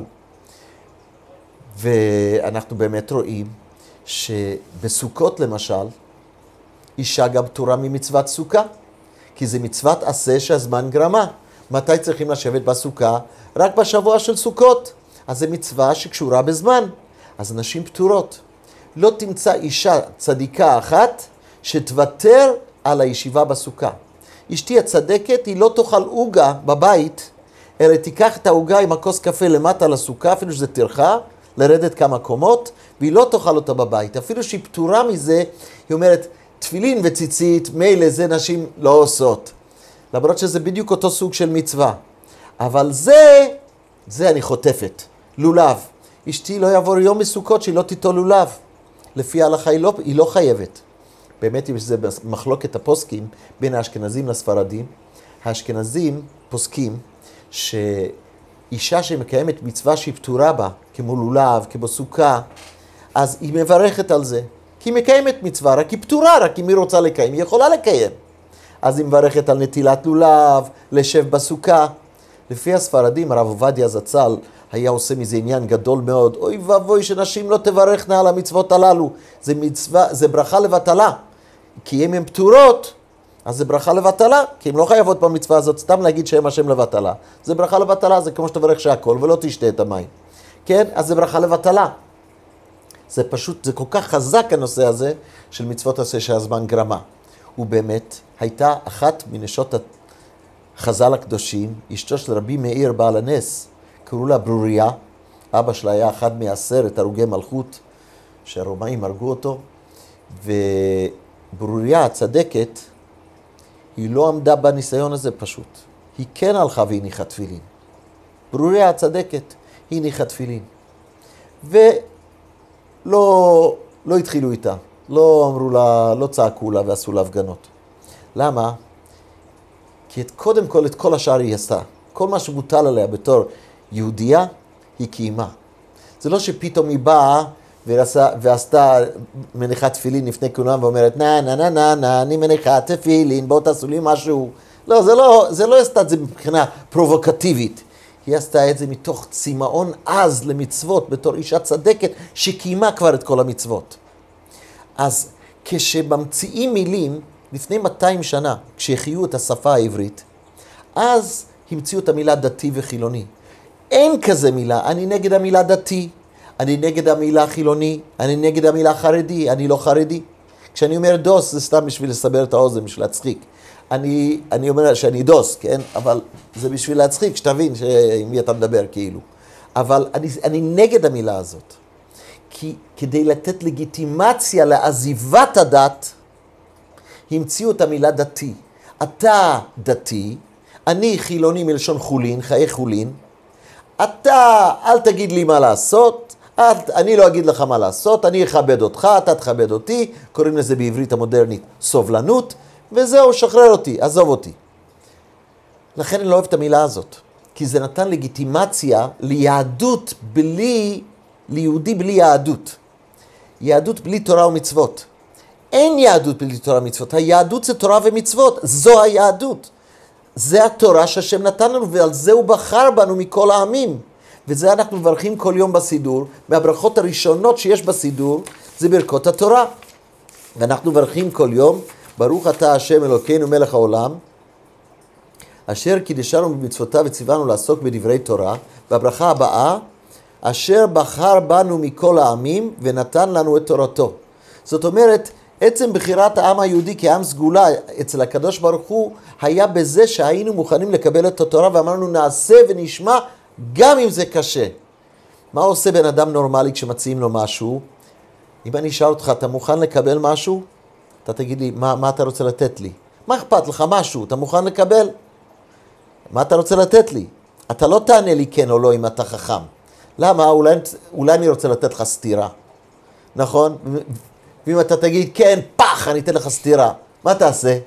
ואנחנו באמת רואים שבסוכות למשל, אישה גם פטורה ממצוות סוכה, כי זה מצוות עשה שהזמן גרמה. מתי צריכים לשבת בסוכה? רק בשבוע של סוכות. אז זה מצווה שקשורה בזמן. אז נשים פטורות. לא תמצא אישה צדיקה אחת שתוותר על הישיבה בסוכה. אשתי הצדקת היא לא תאכל עוגה בבית, אלא תיקח את העוגה עם הכוס קפה למטה לסוכה, אפילו שזה תרחה, לרדת כמה קומות, והיא לא תאכל אותה בבית. אפילו שהיא פטורה מזה, היא אומרת, תפילין וציצית, מילא זה נשים לא עושות. למרות שזה בדיוק אותו סוג של מצווה. אבל זה, זה אני חוטפת. לולב. אשתי לא יעבור יום מסוכות שהיא לא תיטול לולב. לפי ההלכה היא לא, היא לא חייבת. באמת יש זה מחלוקת הפוסקים בין האשכנזים לספרדים. האשכנזים פוסקים שאישה שמקיימת מצווה שהיא פטורה בה, כמו לולב, כמו סוכה, אז היא מברכת על זה. כי היא מקיימת מצווה, רק היא פטורה, רק אם היא רוצה לקיים, היא יכולה לקיים. אז היא מברכת על נטילת לולב, לשב בסוכה. לפי הספרדים, הרב עובדיה זצ"ל היה עושה מזה עניין גדול מאוד. אוי ואבוי שנשים לא תברכנה על המצוות הללו. זה מצווה, זה ברכה לבטלה. כי אם הן פטורות, אז זה ברכה לבטלה. כי הן לא חייבות במצווה הזאת, סתם להגיד שהם השם לבטלה. זה ברכה לבטלה, זה כמו שתברך שהכל ולא תשתה את המים. כן? אז זה ברכה לבטלה. זה פשוט, זה כל כך חזק הנושא הזה של מצוות עשה שהזמן גרמה. ובאמת הייתה אחת מנשות החז"ל הקדושים, אשתו של רבי מאיר בעל הנס, קראו לה ברוריה, אבא שלה היה אחד מעשרת הרוגי מלכות, שהרומאים הרגו אותו, וברוריה הצדקת, היא לא עמדה בניסיון הזה פשוט. היא כן הלכה והניחה תפילין. ברוריה הצדקת, היא הניחה תפילין. ולא לא התחילו איתה. לא אמרו לה, לא צעקו לה ועשו לה הפגנות. למה? כי את, קודם כל את כל השאר היא עשתה. כל מה שמוטל עליה בתור יהודייה, היא קיימה. זה לא שפתאום היא באה ועשה, ועשתה מניחת תפילין לפני כולם ואומרת, נה, נה, נה, נה, נה, אני מניחת תפילין, בואו תעשו לי משהו. לא, זה לא, זה לא עשתה את זה מבחינה פרובוקטיבית. היא עשתה את זה מתוך צמאון עז למצוות, בתור אישה צדקת שקיימה כבר את כל המצוות. אז כשממציאים מילים, לפני מאתיים שנה, כשהחיו את השפה העברית, אז המציאו את המילה דתי וחילוני. אין כזה מילה, אני נגד המילה דתי, אני נגד המילה חילוני, אני נגד המילה חרדי, אני לא חרדי. כשאני אומר דוס, זה סתם בשביל לסבר את האוזן, בשביל להצחיק. אני, אני אומר שאני דוס, כן? אבל זה בשביל להצחיק, שתבין עם מי אתה מדבר כאילו. אבל אני, אני נגד המילה הזאת. כי כדי לתת לגיטימציה לעזיבת הדת, המציאו את המילה דתי. אתה דתי, אני חילוני מלשון חולין, חיי חולין. אתה, אל תגיד לי מה לעשות, את, אני לא אגיד לך מה לעשות, אני אכבד אותך, אתה תכבד אותי, קוראים לזה בעברית המודרנית סובלנות, וזהו, שחרר אותי, עזוב אותי. לכן אני לא אוהב את המילה הזאת, כי זה נתן לגיטימציה ליהדות בלי, ליהודי בלי יהדות. יהדות בלי תורה ומצוות. אין יהדות בלי תורה ומצוות, היהדות זה תורה ומצוות, זו היהדות. זה התורה שהשם נתן לנו, ועל זה הוא בחר בנו מכל העמים. וזה אנחנו מברכים כל יום בסידור, מהברכות הראשונות שיש בסידור, זה ברכות התורה. ואנחנו מברכים כל יום, ברוך אתה השם אלוקינו מלך העולם, אשר קידשנו במצוותיו וציוונו לעסוק בדברי תורה, והברכה הבאה, אשר בחר בנו מכל העמים ונתן לנו את תורתו. זאת אומרת, עצם בחירת העם היהודי כעם סגולה אצל הקדוש ברוך הוא, היה בזה שהיינו מוכנים לקבל את התורה, ואמרנו נעשה ונשמע גם אם זה קשה. מה עושה בן אדם נורמלי כשמציעים לו משהו? אם אני אשאל אותך, אתה מוכן לקבל משהו? אתה תגיד לי, מה, מה אתה רוצה לתת לי? מה אכפת לך משהו? אתה מוכן לקבל? מה אתה רוצה לתת לי? אתה לא תענה לי כן או לא אם אתה חכם. למה? אולי, אולי אני רוצה לתת לך סתירה. נכון? ואם אתה תגיד כן, פח, אני אתן לך סתירה. מה תעשה?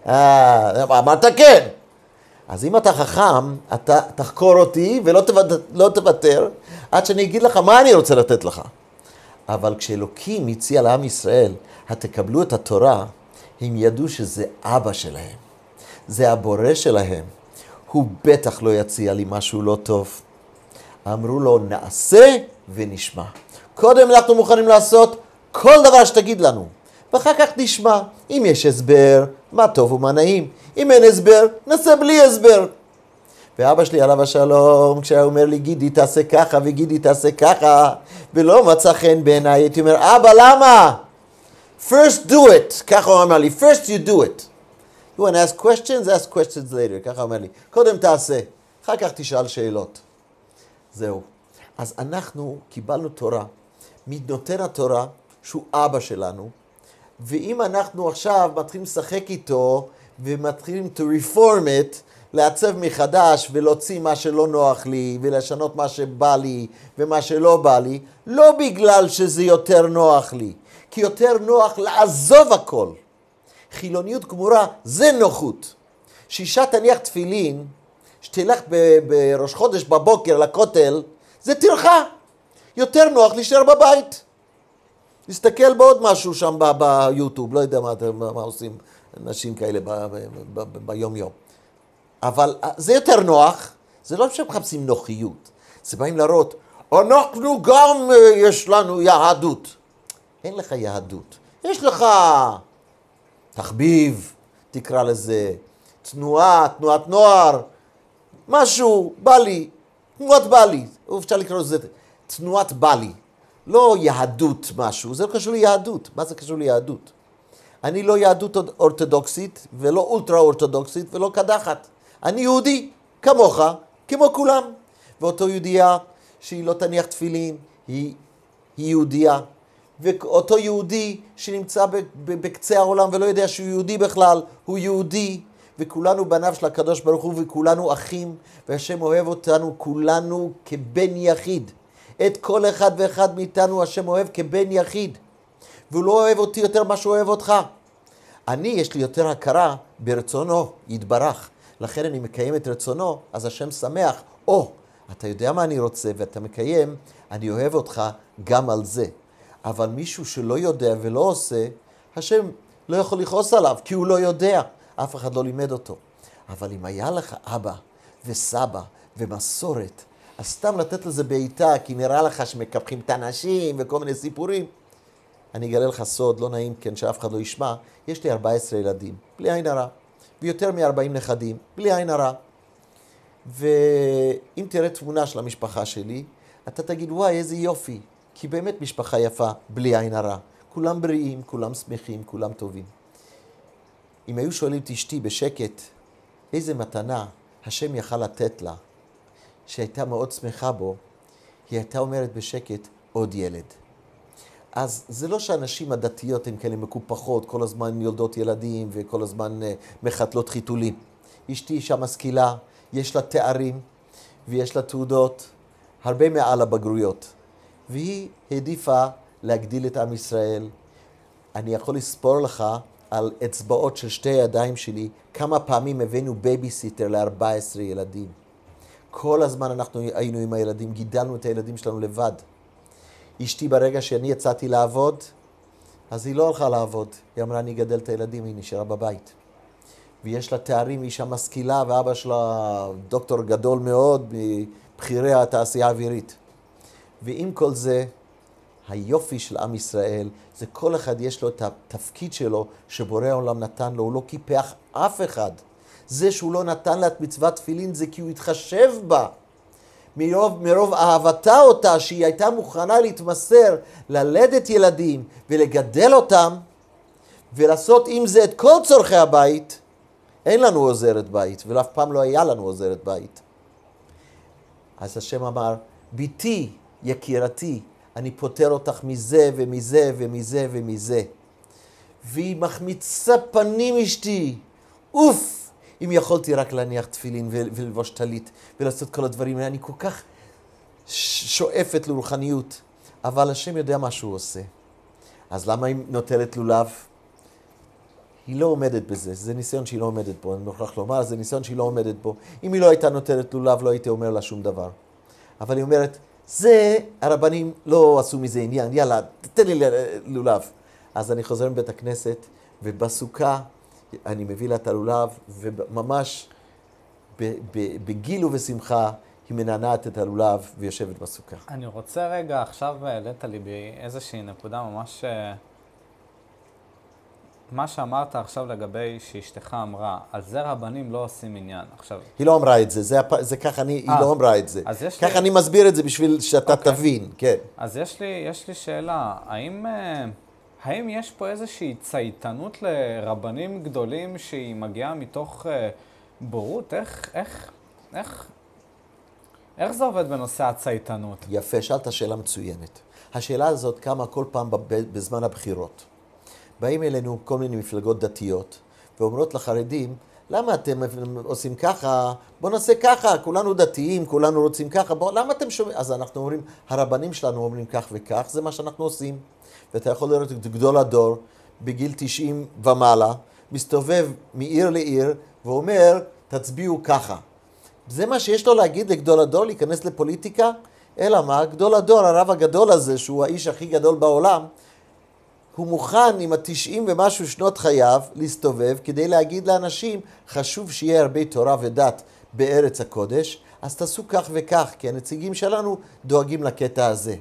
אה, אמרת כן. אז אם אתה חכם, אתה תחקור אותי ולא תוותר, לא תוותר, עד שאני אגיד לך מה אני רוצה לתת לך. אבל כשאלוקים הציע לעם ישראל, התקבלו את התורה, הם ידעו שזה אבא שלהם. זה הבורא שלהם. הוא בטח לא יציע לי משהו לא טוב. אמרו לו, נעשה ונשמע. קודם אנחנו מוכנים לעשות כל דבר שתגיד לנו. ואחר כך נשמע. אם יש הסבר, מה טוב ומה נעים. אם אין הסבר, נעשה בלי הסבר. ואבא שלי עליו השלום, כשהוא אומר לי, גידי תעשה ככה וגידי תעשה ככה, ולא מצא חן בעיניי, הייתי אומר, אבא למה? First do it. ככה הוא אמר לי, first you do it. You want to ask questions? Ask questions later. ככה הוא אומר לי, קודם תעשה, אחר כך תשאל שאלות. זהו. אז אנחנו קיבלנו תורה, מנותן התורה, שהוא אבא שלנו, ואם אנחנו עכשיו מתחילים לשחק איתו, ומתחילים to reform it, לעצב מחדש ולהוציא מה שלא נוח לי, ולשנות מה שבא לי ומה שלא בא לי, לא בגלל שזה יותר נוח לי, כי יותר נוח לעזוב הכל. חילוניות גמורה זה נוחות. שאישה תניח תפילין, שתלך ב- בראש חודש בבוקר לכותל, זה תרחה. יותר נוח להישאר בבית. להסתכל בעוד משהו שם ב- ביוטיוב, לא יודע מה, מה, מה עושים נשים כאלה ב- ב- ב- ב- ביום יום. אבל זה יותר נוח, זה לא שמחפשים נוחיות. זה באים להראות, אנחנו גם יש לנו יהדות. אין לך יהדות. יש לך תחביב, תקרא לזה, תנועה, תנועת נוער, משהו, בא לי, תנועת בא לי. אפשר לקרוא לזה תנועת בא לי. לא יהדות משהו, זה לא קשור ליהדות. מה זה קשור ליהדות? אני לא יהדות אורתודוקסית, ולא אולטרה אורתודוקסית, ולא קדחת. אני יהודי, כמוך, כמו כולם. ואותו יהודייה שהיא לא תניח תפילין, היא, היא יהודייה. ואותו יהודי שנמצא בקצה העולם ולא יודע שהוא יהודי בכלל, הוא יהודי. וכולנו בניו של הקדוש ברוך הוא, וכולנו אחים, והשם אוהב אותנו כולנו כבן יחיד. את כל אחד ואחד מאיתנו השם אוהב כבן יחיד. והוא לא אוהב אותי יותר מה שהוא אוהב אותך. אני, יש לי יותר הכרה ברצונו, יתברך. לכן אני מקיים את רצונו, אז השם שמח. או, אתה יודע מה אני רוצה ואתה מקיים, אני אוהב אותך גם על זה. אבל מישהו שלא יודע ולא עושה, השם לא יכול לכעוס עליו, כי הוא לא יודע. אף אחד לא לימד אותו. אבל אם היה לך אבא וסבא ומסורת, אז סתם לתת לזה בעיטה, כי נראה לך שמקפחים את האנשים וכל מיני סיפורים. אני אגלה לך סוד, לא נעים כן שאף אחד לא ישמע, יש לי ארבעה עשר ילדים, בלי עין הרע, ויותר מ-ארבעים נכדים, בלי עין הרע. ואם תראה תמונה של המשפחה שלי, אתה תגיד, וואי, איזה יופי, כי באמת משפחה יפה, בלי עין הרע. כולם בריאים, כולם שמחים, כולם טובים. אם היו שואלים את אשתי בשקט, איזה מתנה השם יכל לתת לה, שהייתה מאוד שמחה בו, היא הייתה אומרת בשקט, עוד ילד. אז זה לא שאנשים הדתיות הן כאלה מקופחות, כל הזמן יולדות ילדים וכל הזמן מחתלות חיתולים. אשתי אישה משכילה, יש לה תארים ויש לה תעודות, הרבה מעל הבגרויות. והיא העדיפה להגדיל את עם ישראל. אני יכול לספור לך על אצבעות של שתי הידיים שלי, כמה פעמים הבאנו בייביסיטר ל-ארבעה עשר ילדים. כל הזמן אנחנו היינו עם הילדים, גידלנו את הילדים שלנו לבד. אשתי ברגע שאני יצאתי לעבוד, אז היא לא הלכה לעבוד. היא אמרה, אני אגדל את הילדים, היא נשארה בבית. ויש לה תארים, היא אישה משכילה, ואבא שלה דוקטור גדול מאוד, מבחירי התעשייה האווירית. ועם כל זה, היופי של עם ישראל, זה כל אחד יש לו את התפקיד שלו, שבורא העולם נתן לו, הוא לא קיפח אף אחד. זה שהוא לא נתן לה את מצוות תפילין, זה כי הוא התחשב בה. מרוב, מרוב אהבתה אותה, שהיא הייתה מוכנה להתמסר, ללדת ילדים ולגדל אותם, ולעשות עם זה את כל צורכי הבית. אין לנו עוזרת בית, ולאף פעם לא היה לנו עוזרת בית. אז השם אמר, ביתי, יקירתי, אני פותר אותך מזה ומזה ומזה ומזה. והיא מחמיצה פנים אשתי. אוף! אם יכולתי רק להניח תפילין ולבוש טלית ולעשות כל הדברים האלה, אני כל כך שואפת לרוחניות. אבל השם יודע מה שהוא עושה. אז למה היא נוטלת לולב? היא לא עומדת בזה. זה ניסיון שהיא לא עומדת בו. אני מוכרח לומר, זה ניסיון שהיא לא עומדת בו. אם היא לא הייתה נוטלת לולב, לא הייתי אומר לה שום דבר. אבל היא אומרת, זה, הרבנים לא עשו מזה עניין, יאללה, תתן לי לולב. אז אני חוזר מבית הכנסת, ובסוכה אני מביא לה את הלולב, וממש בגיל ובשמחה היא מנענעת את הלולב ויושבת בסוכה. אני רוצה רגע, עכשיו העלית לי באיזושהי נקודה ממש... מה שאמרת עכשיו לגבי שאשתך אמרה, על זה רבנים לא עושים עניין. עכשיו... היא לא אמרה את זה, זה, זה כך אני, היא לא אמרה את זה. כך לי... אני מסביר את זה בשביל שאתה okay. תבין, כן. אז יש לי, יש לי שאלה, האם, האם יש פה איזושהי צייתנות לרבנים גדולים שהיא מגיעה מתוך בורות? איך, איך, איך, איך זה עובד בנושא הצייתנות? יפה, שאלת שאלה מצוינת. השאלה הזאת קמה כל פעם בזמן הבחירות. באים אלינו כל מיני מפלגות דתיות, ואומרות לחרדים, למה אתם עושים ככה? בוא נעשה ככה, כולנו דתיים, כולנו רוצים ככה, בוא, למה אתם שומעים? אז אנחנו אומרים, הרבנים שלנו אומרים כך וכך, זה מה שאנחנו עושים. ואתה יכול לראות את גדול הדור, בגיל תשעים ומעלה, מסתובב מעיר לעיר, ואומר, תצביעו ככה. זה מה שיש לו להגיד לגדול הדור, להיכנס לפוליטיקה? אלא מה? גדול הדור, הרב הגדול הזה, שהוא האיש הכי גדול בעולם, הוא מוכן עם התשעים ומשהו שנות חייו להסתובב כדי להגיד לאנשים, חשוב שיהיה הרבה תורה ודת בארץ הקודש, אז תעשו כך וכך, כי הנציגים שלנו דואגים לקטע הזה.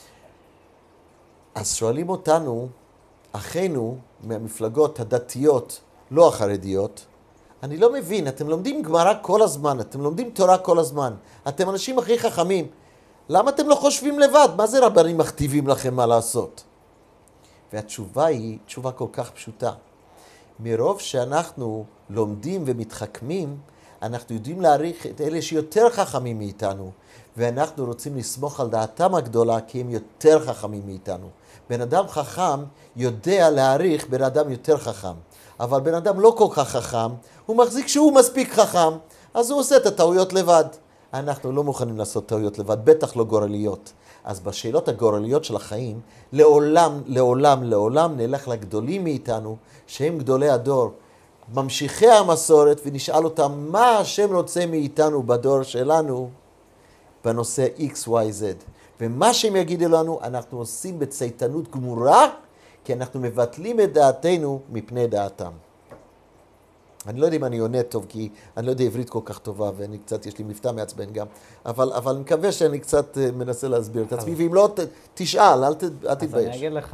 אז שואלים אותנו, אחינו מהמפלגות הדתיות, לא החרדיות, אני לא מבין, אתם לומדים גמרא כל הזמן, אתם לומדים תורה כל הזמן, אתם אנשים הכי חכמים, למה אתם לא חושבים לבד? מה זה רבנים מכתיבים לכם מה לעשות? והתשובה היא תשובה כל כך פשוטה. מרוב שאנחנו לומדים ומתחכמים, אנחנו יודעים להעריך את אלה שיותר חכמים מאיתנו, ואנחנו רוצים לסמוך על דעתם הגדולה כי הם יותר חכמים מאיתנו. בן אדם חכם יודע להעריך בן אדם יותר חכם, אבל בן אדם לא כל כך חכם, הוא מחזיק שהוא מספיק חכם, אז הוא עושה את הטעויות לבד. אנחנו לא מוכנים לעשות טעויות לבד, בטח לא גורליות. אז בשאלות הגורליות של החיים, לעולם, לעולם, לעולם נלך לגדולים מאיתנו, שהם גדולי הדור, ממשיכי המסורת, ונשאל אותם מה השם רוצה מאיתנו בדור שלנו, בנושא X, Y, Z. ומה שהם יגידו לנו, אנחנו עושים בצייתנות גמורה, כי אנחנו מבטלים את דעתנו מפני דעתם. אני לא יודע אם אני עונה טוב, כי אני לא יודע עברית כל כך טובה, ואני קצת, יש לי מבטא מעצבן גם, אבל, אבל אני מקווה שאני קצת מנסה להסביר את עצמי, ואם לא, ת, תשאל, אל, ת, אל תתבייש. אז אני אגיד לך.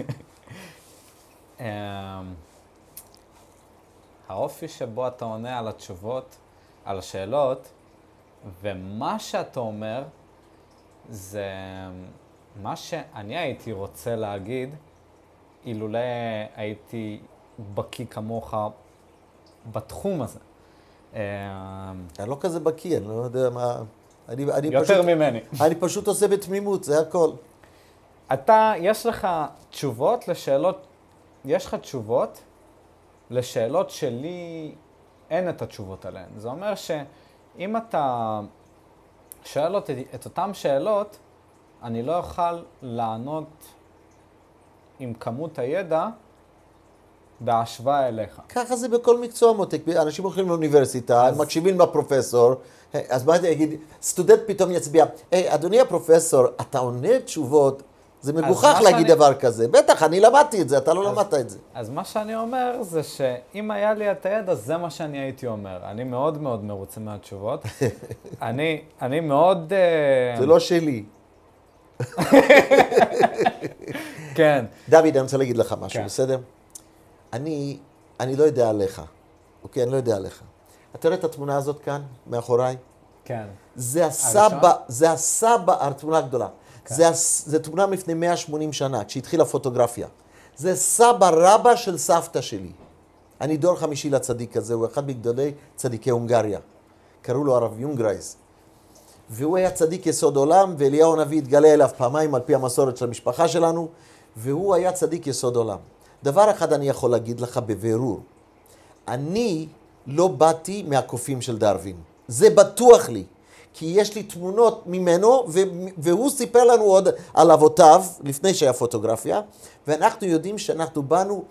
האופי שבו אתה עונה על התשובות, על השאלות, ומה שאתה אומר, זה מה שאני הייתי רוצה להגיד, אילולא הייתי בקיא כמוך בתחום הזה. אני לא כזה בקיא, אני לא יודע מה... אני, אני יותר פשוט, ממני. אני פשוט עושה בתמימות, זה הכל. אתה, יש לך תשובות לשאלות, יש לך תשובות לשאלות שלי אין את התשובות עליהן. זה אומר שאם אתה שואל אותי את אותן שאלות, אני לא אוכל לענות עם כמות הידע בהשוואה אליך. ככה זה בכל מקצוע מותק. אנשים הולכים לאוניברסיטה, אז... הם מקשיבים לפרופסור, אז מה אני אגיד? סטודנט פתאום יצביע, היי, אדוני הפרופסור, אתה עונה תשובות, זה מגוחך להגיד שאני... דבר כזה. בטח, אני למדתי את זה, אתה לא אז, למדת את זה. אז מה שאני אומר זה שאם היה לי את הידע, זה מה שאני הייתי אומר. אני מאוד מאוד מרוצה מהתשובות. אני, אני מאוד... זה לא שלי. כן. דוד, אני רוצה להגיד לך משהו, כן. בסדר? אני, אני לא יודע עליך, אוקיי? אני לא יודע עליך. אתה רואה את התמונה הזאת כאן, מאחוריי? כן. זה הסבא, זה הסבא, התמונה הגדולה. כן. זה, זה תמונה מלפני מאה ושמונים שנה, כשהתחילה פוטוגרפיה. זה סבא רבא של סבתא שלי. אני דור חמישי לצדיק הזה, הוא אחד מגדולי צדיקי הונגריה. קראו לו הרב יונגרייז. והוא היה צדיק יסוד עולם, ואליהו הנביא התגלה אליו פעמיים על פי המסורת של המשפחה שלנו, והוא היה צדיק יסוד עולם. דבר אחד אני יכול להגיד לך בבירור. אני לא באתי מהקופים של דרווין. זה בטוח לי. כי יש לי תמונות ממנו, והוא סיפר לנו עוד על אבותיו, לפני שהיה פוטוגרפיה, ואנחנו יודעים שאנחנו באנו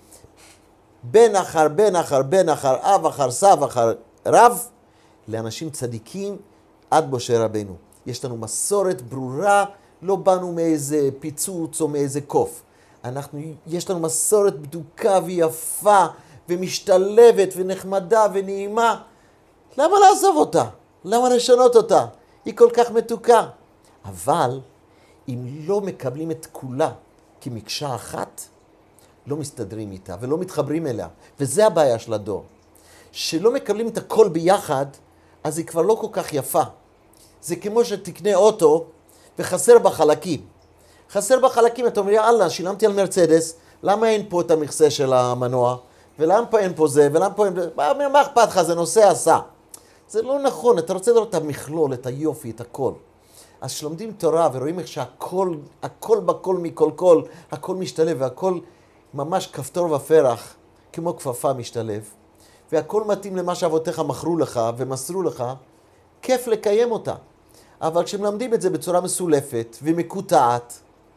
בן אחר בן אחר בן אחר אב אחר סב אחר רב, לאנשים צדיקים עד משה רבנו. יש לנו מסורת ברורה, לא באנו מאיזה פיצוץ או מאיזה קוף. אנחנו, יש לנו מסורת בדוקה ויפה ומשתלבת ונחמדה ונעימה. למה לעזוב אותה? למה לשנות אותה? היא כל כך מתוקה. אבל אם לא מקבלים את כולה כמקשה אחת, לא מסתדרים איתה ולא מתחברים אליה. וזה הבעיה של הדור. שלא מקבלים את הכל ביחד, אז היא כבר לא כל כך יפה. זה כמו שתקנה אוטו וחסר בה חלקים. חסר בה חלקים, אתה אומר, יאללה, שילמתי על מרצדס, למה אין פה את המכסה של המנוע? ולמה פה אין פה זה? ולמה פה אין... מה, מה אכפת לך? זה נושא עשה. זה לא נכון, אתה רוצה לראות את המכלול, את היופי, את הכל. אז שלומדים תורה ורואים איך שהכל, הכל בכל מכל כל, הכל משתלב והכל ממש כפתור ופרח, כמו כפפה משתלב, והכל מתאים למה שאבותיך מכרו לך ומסרו לך, כיף לקיים אותה. אבל כשמלמדים את זה בצורה מסולפת ומקוטעת,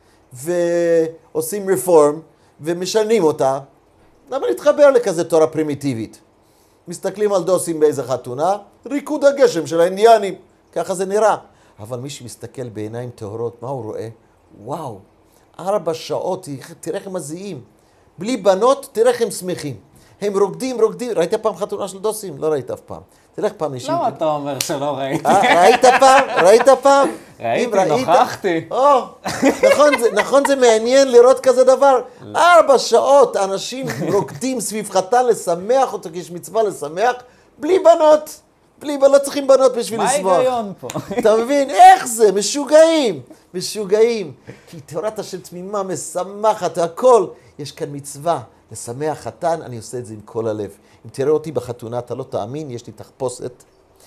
ועושים רפורם ומשנים אותה, למה להתחבר לכזה תורה פרימיטיבית? מסתכלים על דוסים באיזה חתונה, ריקוד הגשם של האינדיאנים, ככה זה נראה. אבל מי שמסתכל בעיניים טהורות, מה הוא רואה? וואו, ארבע שעות, תראה איך הם מזיעים. בלי בנות, תראה איך הם שמחים. הם רוקדים, רוקדים. ראית פעם חתונה של דוסים? לא ראית אף פעם. תלך פעם נשיב. למה אתה אומר שלא ראיתי? ראית פעם? ראית פעם? ראיתי, נוכחתי. או, נכון זה מעניין לראות כזה דבר. ארבע שעות אנשים רוקדים סביב חתן לשמח אותו, כי יש מצווה לשמח, בלי בנות. בלי, לא צריכים בנות בשביל לשמוח. מה ההיגיון פה? אתה מבין? איך זה? משוגעים. משוגעים. כי תורת השם תמימה משמחת, הכל. יש כאן מצווה. לשמח חתן, אני עושה את זה עם כל הלב. אם תראה אותי בחתונה, אתה לא תאמין, יש לי תחפושת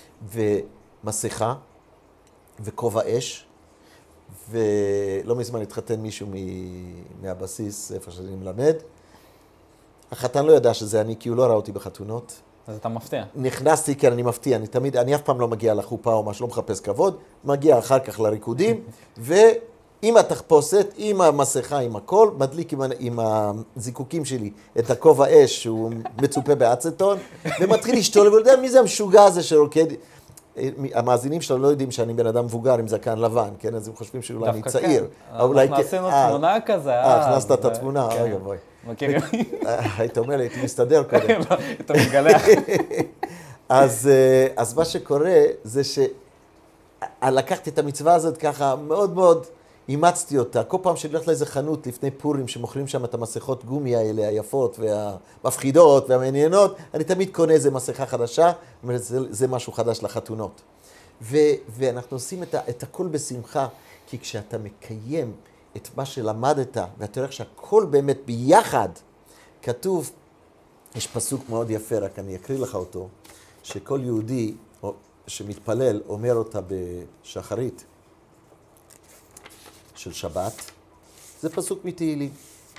ומסכה וכובע אש, ולא מזמן התחתן מישהו מהבסיס, איפה שאני מלמד. החתן לא ידע שזה אני, כי הוא לא ראה אותי בחתונות. אז אתה מפתיע. נכנסתי, כן, אני מפתיע. אני תמיד, אני אף פעם לא מגיע לחופה או משהו, לא מחפש כבוד, מגיע אחר כך לריקודים, ו... עם התחפושת, עם המסכה, עם הכל, מדליק עם, עם הזיקוקים שלי את הכובע אש שהוא מצופה באצטון, ומתחיל לשתול, ואני יודע מי זה המשוגע הזה שרוקד. המאזינים שלנו לא יודעים שאני בן אדם מבוגר עם זקן לבן, כן? אז הם חושבים שאולי אני דווקא צעיר. כן. אנחנו עשינו תמונה כזה. אה, הכנסת את התמונה, כן. אוי אוי. מכירים? היית אומר לי, הייתי מסתדר קודם. אתה מגלח. אז, אז מה שקורה זה שלקחתי את המצווה הזאת ככה, מאוד מאוד אימצתי אותה. כל פעם שאני הולך לאיזה חנות לפני פורים שמוכרים שם את המסכות גומי האלה, היפות והמפחידות והמעניינות, אני תמיד קונה איזה מסכה חדשה, זה, זה משהו חדש לחתונות. ו, ואנחנו עושים את, ה, את הכל בשמחה, כי כשאתה מקיים את מה שלמדת, ואתה רואה שהכל באמת ביחד, כתוב, יש פסוק מאוד יפה, רק אני אקריא לך אותו, שכל יהודי שמתפלל אומר אותה בשחרית של שבת, זה פסוק מתהילים.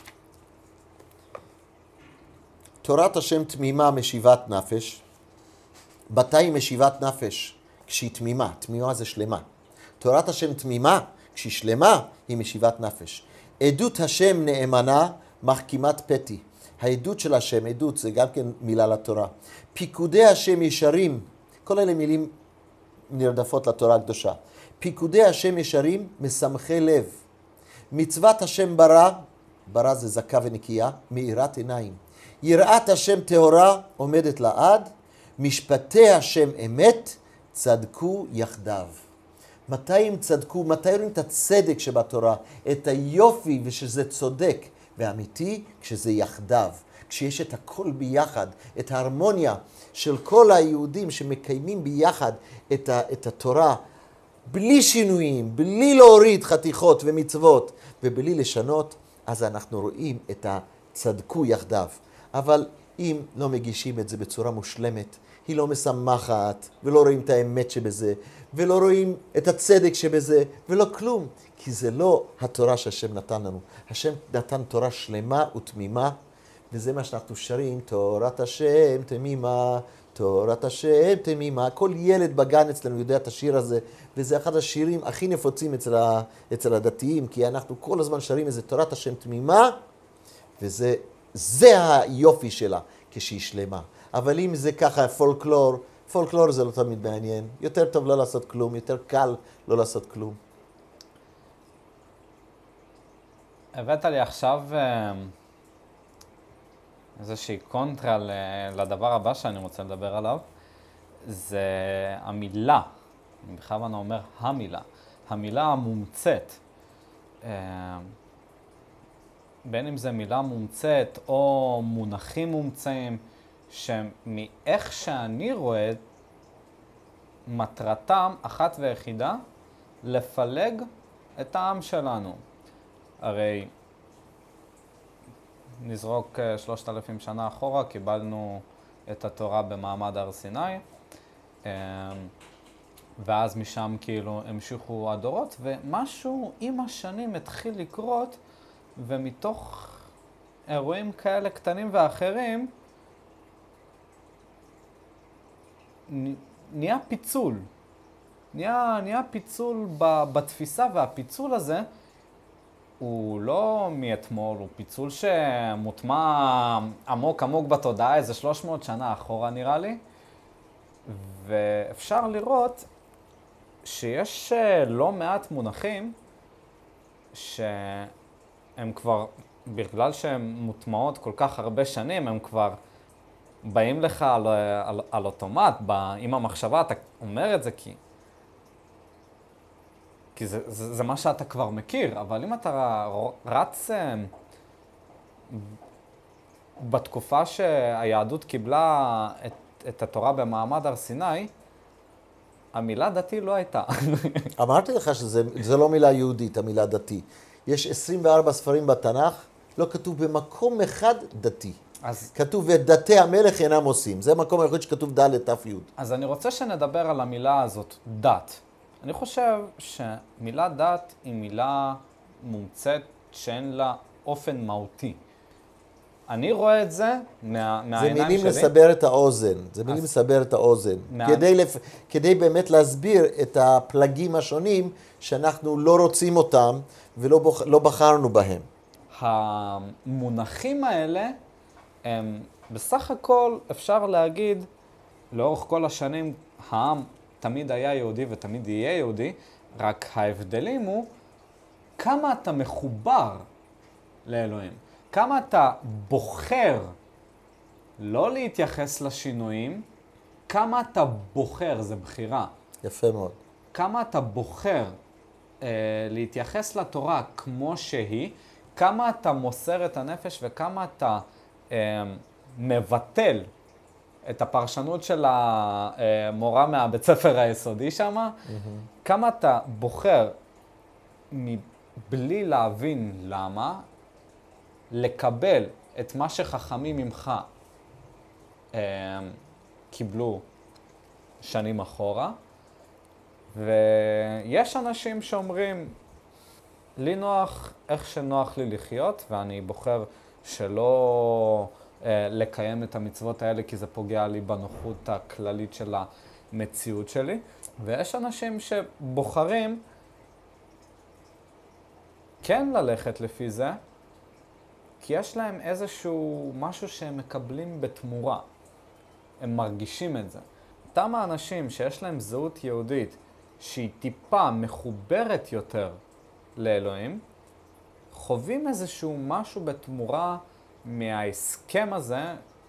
תורת השם תמימה משיבת נפש, בתה היא משיבת נפש כשהיא תמימה, תמימה זה שלמה. תורת השם תמימה, כשהיא שלמה, היא משיבת נפש. עדות השם נאמנה, מחכימת פתי. העדות של השם, עדות זה גם כן מילה לתורה. פיקודי השם ישרים, כל אלה מילים נרדפות לתורה הקדושה. פיקודי השם ישרים, משמחי לב. מצוות השם ברא, ברא זה זכה ונקייה, מאירת עיניים. יראת השם טהורה, עומדת לעד. משפטי השם אמת, צדקו יחדיו. מתי הם צדקו? מתי רואים את הצדק שבתורה? את היופי ושזה צודק ואמיתי כשזה יחדיו. כשיש את הכל ביחד, את ההרמוניה של כל היהודים שמקיימים ביחד את, ה, את התורה, בלי שינויים, בלי להוריד חתיכות ומצוות ובלי לשנות, אז אנחנו רואים את הצדקו יחדיו. אבל אם לא מגישים את זה בצורה מושלמת, היא לא משמחת, ולא רואים את האמת שבזה, ולא רואים את הצדק שבזה, ולא כלום. כי זה לא התורה שהשם נתן לנו. השם נתן תורה שלמה ותמימה, וזה מה שאנחנו שרים, תורת השם תמימה, תורת השם תמימה. כל ילד בגן אצלנו יודע את השיר הזה, וזה אחד השירים הכי נפוצים אצל, ה, אצל הדתיים, כי אנחנו כל הזמן שרים איזה תורת השם תמימה, וזה זה היופי שלה כשהיא שלמה. אבל אם זה ככה פולקלור, פולקלור זה לא תמיד מעניין. יותר טוב לא לעשות כלום, יותר קל לא לעשות כלום. הבאת לי עכשיו איזושהי קונטרה לדבר הבא שאני רוצה לדבר עליו. זה המילה, אני בכוונה אומר המילה, המילה המומצאת. בין אם זה מילה מומצאת או מונחים מומצאים, שמאיך שאני רואה מטרתם אחת ויחידה, לפלג את העם שלנו. הרי נזרוק שלושת אלפים שנה אחורה, קיבלנו את התורה במעמד הר סיני, ואז משם כאילו המשיכו הדורות, ומשהו עם השנים התחיל לקרות, ומתוך אירועים כאלה קטנים ואחרים, נהיה פיצול. נהיה, נהיה פיצול בתפיסה, והפיצול הזה הוא לא מאתמול, הוא פיצול שמוטמע עמוק עמוק בתודעה, איזה שלוש מאות שנה אחורה נראה לי. ואפשר לראות שיש לא מעט מונחים שהם כבר, בגלל שהם מוטמעות כל כך הרבה שנים, הם כבר באים לך על, על, על אוטומט, בא, עם המחשבה, אתה אומר את זה כי, כי זה, זה, זה מה שאתה כבר מכיר, אבל אם אתה רץ בתקופה שהיהדות קיבלה את, את התורה במעמד הר סיני, המילה דתי לא הייתה. אמרתי לך שזה לא מילה יהודית, המילה דתי. יש עשרים וארבעה ספרים בתנ"ך, לא כתוב במקום אחד דתי. אז כתוב ודתי המלך אינם עושים. זה מקום היחיד שכתוב ד' ת' י'. אז אני רוצה שנדבר על המילה הזאת, דת. אני חושב שמילה דת היא מילה מומצאת שאין לה אופן מהותי. אני רואה את זה מה, מהעיניים שלי. זה מילים לסבר את האוזן. זה מילים לסבר את האוזן. מה... כדי, לפ... כדי באמת להסביר את הפלגים השונים שאנחנו לא רוצים אותם ולא בוח... לא בחרנו בהם. המונחים האלה הם בסך הכל אפשר להגיד, לאורך כל השנים העם תמיד היה יהודי ותמיד יהיה יהודי, רק ההבדלים הוא כמה אתה מחובר לאלוהים. כמה אתה בוחר לא להתייחס לשינויים, כמה אתה בוחר, זה בחירה. יפה מאוד. כמה אתה בוחר אה, להתייחס לתורה כמו שהיא, כמה אתה מוסר את הנפש וכמה אתה אה, מבטל את הפרשנות של המורה מהבית ספר היסודי שם, mm-hmm. כמה אתה בוחר מבלי להבין למה, לקבל את מה שחכמים ממך אה, קיבלו שנים אחורה, ויש אנשים שאומרים, לי נוח איך שנוח לי לחיות, ואני בוחר שלא אה, לקיים את המצוות האלה, כי זה פוגע לי בנוחות הכללית של המציאות שלי. ויש אנשים שבוחרים כן ללכת לפי זה, כי יש להם איזשהו משהו שהם מקבלים בתמורה. הם מרגישים את זה. אותם האנשים שיש להם זהות יהודית, שהיא טיפה מחוברת יותר לאלוהים, חווים איזשהו משהו בתמורה מההסכם הזה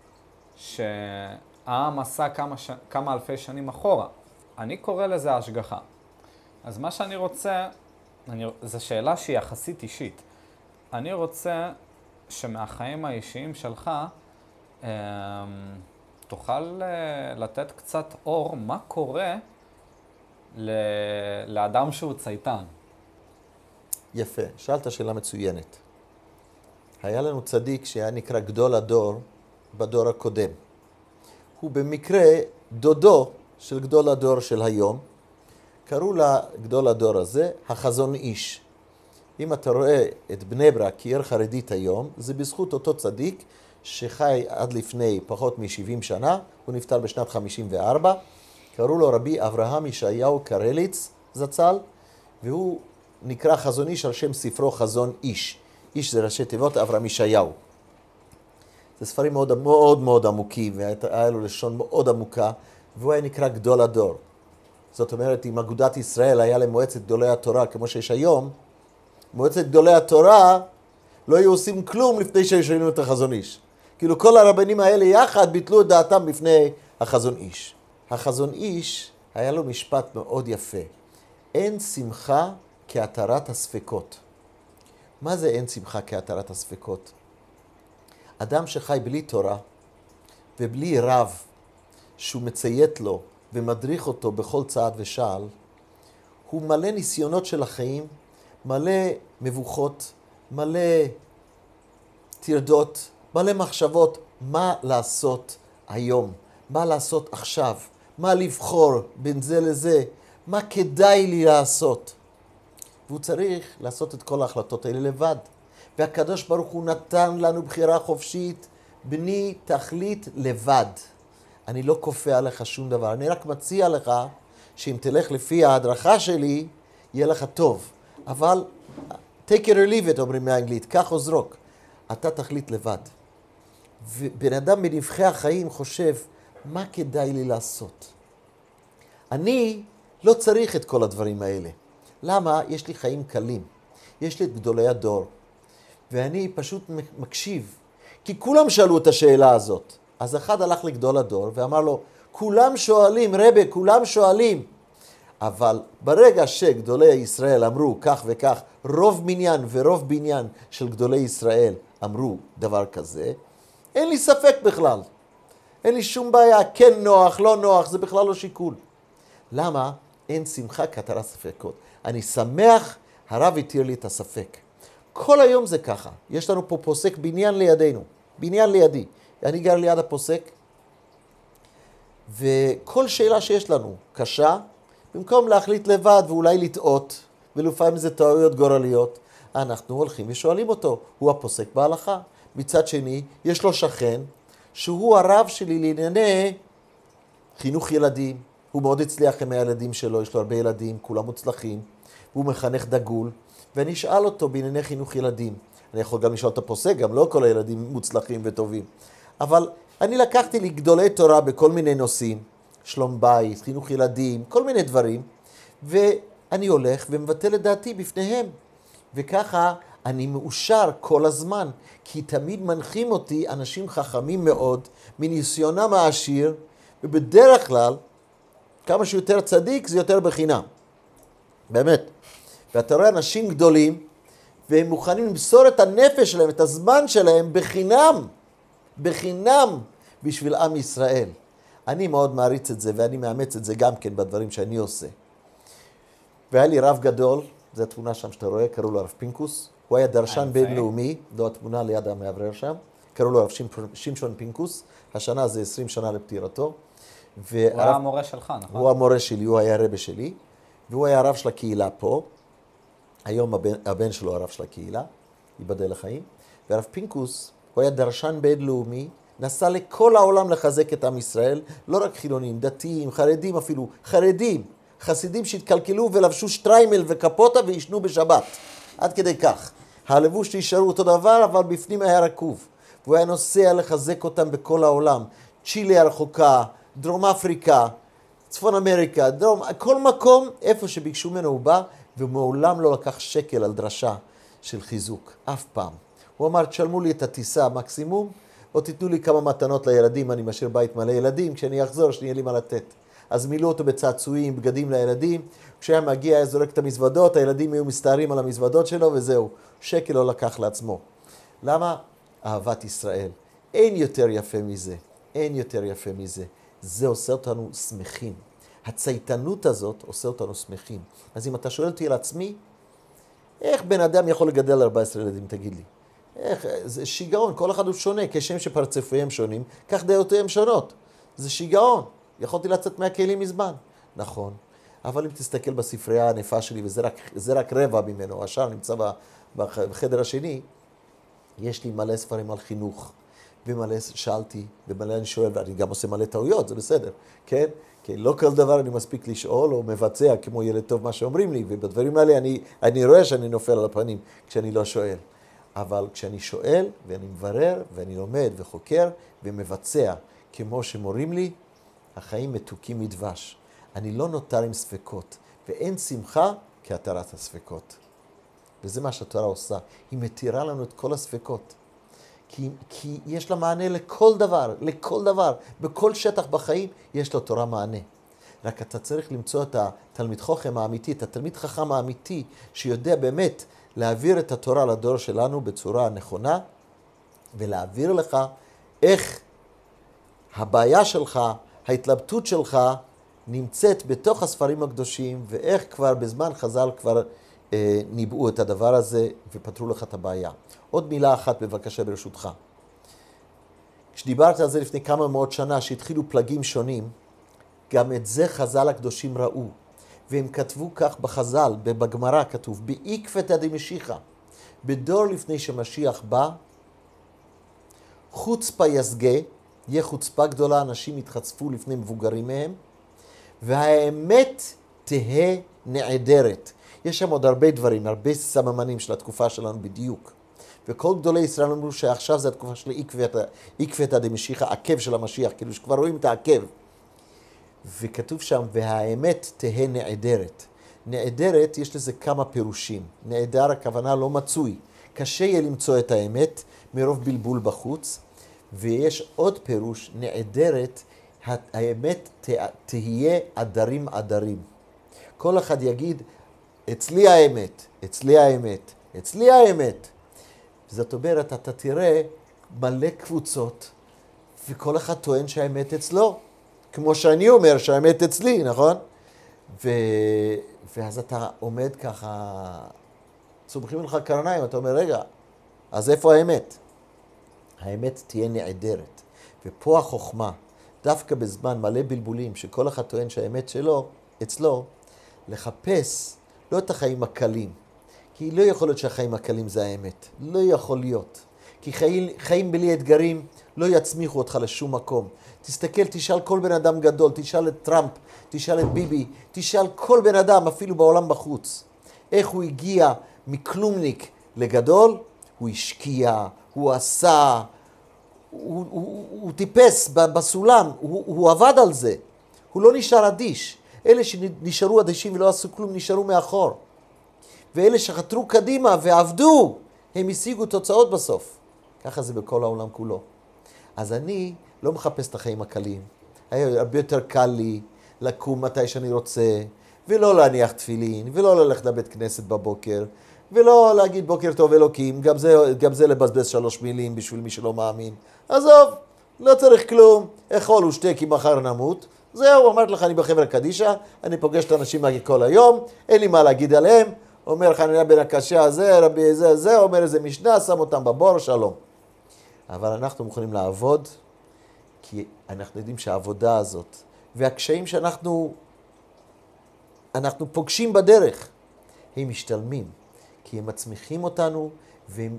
שהעם עשה כמה, ש... כמה אלפי שנים אחורה. אני קורא לזה השגחה. אז מה שאני רוצה, אני... זו שאלה שהיא יחסית אישית. אני רוצה שמהחיים האישיים שלך אה, תוכל אה, לתת קצת אור מה קורה ל... לאדם שהוא צייתן. יפה, שאלת שאלה מצוינת. היה לנו צדיק שהיה נקרא גדול הדור בדור הקודם. הוא במקרה דודו של גדול הדור של היום. קראו לגדול הדור הזה החזון איש. אם אתה רואה את בני ברק כעיר חרדית היום, זה בזכות אותו צדיק שחי עד לפני פחות מ-שבעים שנה, הוא נפטר בשנת חמישים וארבע. קראו לו רבי אברהם ישעיהו קרליץ זצ"ל, והוא נקרא חזון איש על שם ספרו חזון איש. איש זה ראשי תיבות אברהם ישעיהו. זה ספרים מאוד מאוד מאוד עמוקים, והיה לו לשון מאוד עמוקה, והוא היה נקרא גדול הדור. זאת אומרת, אם אגודת ישראל היה למועצת גדולי התורה כמו שיש היום, מועצת גדולי התורה לא היו עושים כלום לפני שהיו את החזון איש. כאילו כל הרבנים האלה יחד ביטלו את דעתם בפני החזון איש. החזון איש היה לו משפט מאוד יפה. אין שמחה כהתרת הספקות. מה זה אין שמחה כהתרת הספקות? אדם שחי בלי תורה ובלי רב שהוא מציית לו ומדריך אותו בכל צעד ושעל, הוא מלא ניסיונות של החיים, מלא מבוכות, מלא תרדות, מלא מחשבות, מה לעשות היום, מה לעשות עכשיו, מה לבחור בין זה לזה, מה כדאי לי לעשות. והוא צריך לעשות את כל ההחלטות האלה לבד. והקדוש ברוך הוא נתן לנו בחירה חופשית, בני תחליט לבד. אני לא כופה עליך שום דבר, אני רק מציע לך שאם תלך לפי ההדרכה שלי, יהיה לך טוב. אבל take it or leave it, אומרים מהאנגלית, כך או זרוק. אתה תחליט לבד. ובן אדם בנבחי החיים חושב, מה כדאי לי לעשות? אני לא צריך את כל הדברים האלה. למה? יש לי חיים קלים. יש לי את גדולי הדור. ואני פשוט מקשיב. כי כולם שאלו את השאלה הזאת. אז אחד הלך לגדול הדור ואמר לו, כולם שואלים, רבי, כולם שואלים. אבל ברגע שגדולי ישראל אמרו כך וכך, רוב מניין ורוב בניין של גדולי ישראל אמרו דבר כזה, אין לי ספק בכלל. אין לי שום בעיה, כן נוח, לא נוח, זה בכלל לא שיקול. למה? אין שמחה כהתרת ספקות. אני שמח, הרב התיר לי את הספק. כל היום זה ככה. יש לנו פה פוסק בניין לידינו, בניין לידי. אני גר ליד הפוסק, וכל שאלה שיש לנו קשה, במקום להחליט לבד ואולי לטעות, ולפעמים זה טעויות גורליות, אנחנו הולכים ושואלים אותו, הוא הפוסק בהלכה. מצד שני, יש לו שכן, שהוא הרב שלי לענייני חינוך ילדים. הוא מאוד הצליח עם הילדים שלו, יש לו הרבה ילדים, כולם מוצלחים, הוא מחנך דגול, ואני אשאל אותו בענייני חינוך ילדים. אני יכול גם לשאול את הפוסק, גם לא כל הילדים מוצלחים וטובים. אבל אני לקחתי לי גדולי תורה בכל מיני נושאים, שלום בית, חינוך ילדים, כל מיני דברים, ואני הולך ומבטל את דעתי בפניהם. וככה אני מאושר כל הזמן, כי תמיד מנחים אותי אנשים חכמים מאוד, מניסיונם העשיר, ובדרך כלל, כמה שיותר צדיק זה יותר בחינם. באמת. ואתה רואה אנשים גדולים, והם מוכנים למסור את הנפש שלהם, את הזמן שלהם, בחינם, בחינם, בשביל עם ישראל. אני מאוד מעריץ את זה, ואני מאמץ את זה גם כן בדברים שאני עושה. והיה לי רב גדול, זו התמונה שם שאתה רואה, קראו לו הרב פינקוס. הוא היה דרשן בינלאומי, זו התמונה ליד המאוורר שם. קראו לו הרב שמשון פינקוס. השנה זה עשרים שנה לפטירתו. הוא היה המורה שלך, נכון? הוא המורה שלי, הוא היה הרב שלי. והוא היה הרב של הקהילה פה. היום הבן, הבן שלו הרב של הקהילה, ייבדל לחיים. והרב פינקוס, הוא היה דרשן בינלאומי, נסע לכל העולם לחזק את עם ישראל, לא רק חילונים, דתיים, חרדים אפילו, חרדים, חסידים שהתקלקלו ולבשו שטריימל וקפוטה וישנו בשבת. עד כדי כך. הלבוש נשארו אותו דבר, אבל בפנים היה רקוב. והוא היה נוסע לחזק אותם בכל העולם. צ'ילי הרחוקה, דרום אפריקה, צפון אמריקה, דרום, כל מקום, איפה שביקשו ממנו הוא בא, ומעולם לא לקח שקל על דרשה של חיזוק, אף פעם. הוא אמר, תשלמו לי את הטיסה מקסימום, או תיתנו לי כמה מתנות לילדים, אני משאיר בית מלא ילדים, כשאני אחזור, שנהיה לי מה לתת. אז מילאו אותו בצעצועים, בגדים לילדים, כשהיה מגיע, היה זורק את המזוודות, הילדים היו מסתערים על המזוודות שלו, וזהו, שקל לא לקח לעצמו. למה? אהבת ישראל. אין יותר יפה מזה, אין יותר יפה מזה. זה עושה אותנו שמחים. הצייתנות הזאת עושה אותנו שמחים. אז אם אתה שואל אותי על עצמי, איך בן אדם יכול לגדל ארבעה עשר ילדים, תגיד לי? איך, זה שיגעון, כל אחד הוא שונה, כשם שפרצפיהם שונים, כך דעותיהם שונות. זה שיגעון. יכולתי לצאת מהכלים מזמן. נכון. אבל אם תסתכל בספרייה הענפה שלי, וזה רק, זה רק רבע ממנו, השאר נמצא בחדר השני, יש לי מלא ספרים על חינוך, ומלא שאלתי, ומלא אני שואל, ואני גם עושה מלא טעויות, זה בסדר, כן? כי לא כל דבר אני מספיק לשאול או מבצע כמו ילד טוב מה שאומרים לי, ובדברים האלה אני, אני רואה שאני נופל על הפנים כשאני לא שואל. אבל כשאני שואל ואני מברר ואני לומד וחוקר ומבצע כמו שמורים לי, החיים מתוקים מדבש. אני לא נותר עם ספקות, ואין שמחה כהתרת הספקות. וזה מה שהתורה עושה. היא מתירה לנו את כל הספקות. כי, כי יש לה מענה לכל דבר, לכל דבר. בכל שטח בחיים יש לתורה מענה. רק אתה צריך למצוא את התלמיד חכם האמיתי, את התלמיד חכם האמיתי, שיודע באמת להעביר את התורה לדור שלנו בצורה נכונה, ולהעביר לך איך הבעיה שלך, ההתלבטות שלך, נמצאת בתוך הספרים הקדושים, ואיך כבר בזמן חז"ל כבר אה, ניבאו את הדבר הזה ופתרו לך את הבעיה. עוד מילה אחת בבקשה ברשותך. כשדיברת על זה לפני כמה מאות שנה שהתחילו פלגים שונים, גם את זה חז"ל הקדושים ראו. והם כתבו כך בחז"ל, בגמרא כתוב, בעקבתא דמשיחא, בדור לפני שמשיח בא, חוצפה יסגה, יהיה חוצפה גדולה, אנשים יתחצפו לפני מבוגרים מהם, והאמת תהא נעדרת. יש שם עוד הרבה דברים, הרבה סממנים של התקופה שלנו בדיוק. וכל גדולי ישראל אמרו שעכשיו זה התקופה של עקבתא דמשיחא, עקב של המשיח, כאילו שכבר רואים את העקב. וכתוב שם, והאמת תהא נעדרת. נעדרת, יש לזה כמה פירושים. נעדר, הכוונה לא מצוי. קשה יהיה למצוא את האמת, מרוב בלבול בחוץ. ויש עוד פירוש, נעדרת, האמת תהיה עדרים עדרים. כל אחד יגיד, אצלי האמת, אצלי האמת, אצלי האמת. זאת אומרת, אתה תראה מלא קבוצות, וכל אחד טוען שהאמת אצלו. כמו שאני אומר שהאמת אצלי, נכון? ו... ואז אתה עומד ככה, צומחים לך קרניים, אתה אומר, רגע, אז איפה האמת? האמת תהיה נעדרת. ופה החוכמה, דווקא בזמן מלא בלבולים, שכל אחד טוען שהאמת שלו, אצלו, לחפש לא את החיים הקלים. כי לא יכול להיות שהחיים הקלים זה האמת. לא יכול להיות. כי חיים, חיים בלי אתגרים לא יצמיחו אותך לשום מקום. תסתכל, תשאל כל בן אדם גדול, תשאל את טראמפ, תשאל את ביבי, תשאל כל בן אדם, אפילו בעולם בחוץ. איך הוא הגיע מכלומניק לגדול? הוא השקיע, הוא עשה, הוא, הוא, הוא, הוא טיפס בסולם, הוא, הוא עבד על זה. הוא לא נשאר אדיש. אלה שנשארו אדישים ולא עשו כלום נשארו מאחור. ואלה שחתרו קדימה ועבדו, הם השיגו תוצאות בסוף. ככה זה בכל העולם כולו. אז אני לא מחפש את החיים הקלים. היה הרבה יותר קל לי לקום מתי שאני רוצה, ולא להניח תפילין, ולא ללכת לבית כנסת בבוקר, ולא להגיד בוקר טוב אלוקים, גם זה, גם זה לבזבז שלוש מילים בשביל מי שלא מאמין. עזוב, לא צריך כלום, אכול ושתה כי מחר נמות. זהו, אמרתי לך, אני בחברה קדישה, אני פוגש את האנשים כל היום, אין לי מה להגיד עליהם. אומר חנניה בן הקשיא הזה, רבי זה זה, אומר איזה משנה, שם אותם בבור, שלום. אבל אנחנו מוכנים לעבוד, כי אנחנו יודעים שהעבודה הזאת, והקשיים שאנחנו אנחנו פוגשים בדרך, הם משתלמים, כי הם מצמיחים אותנו, והם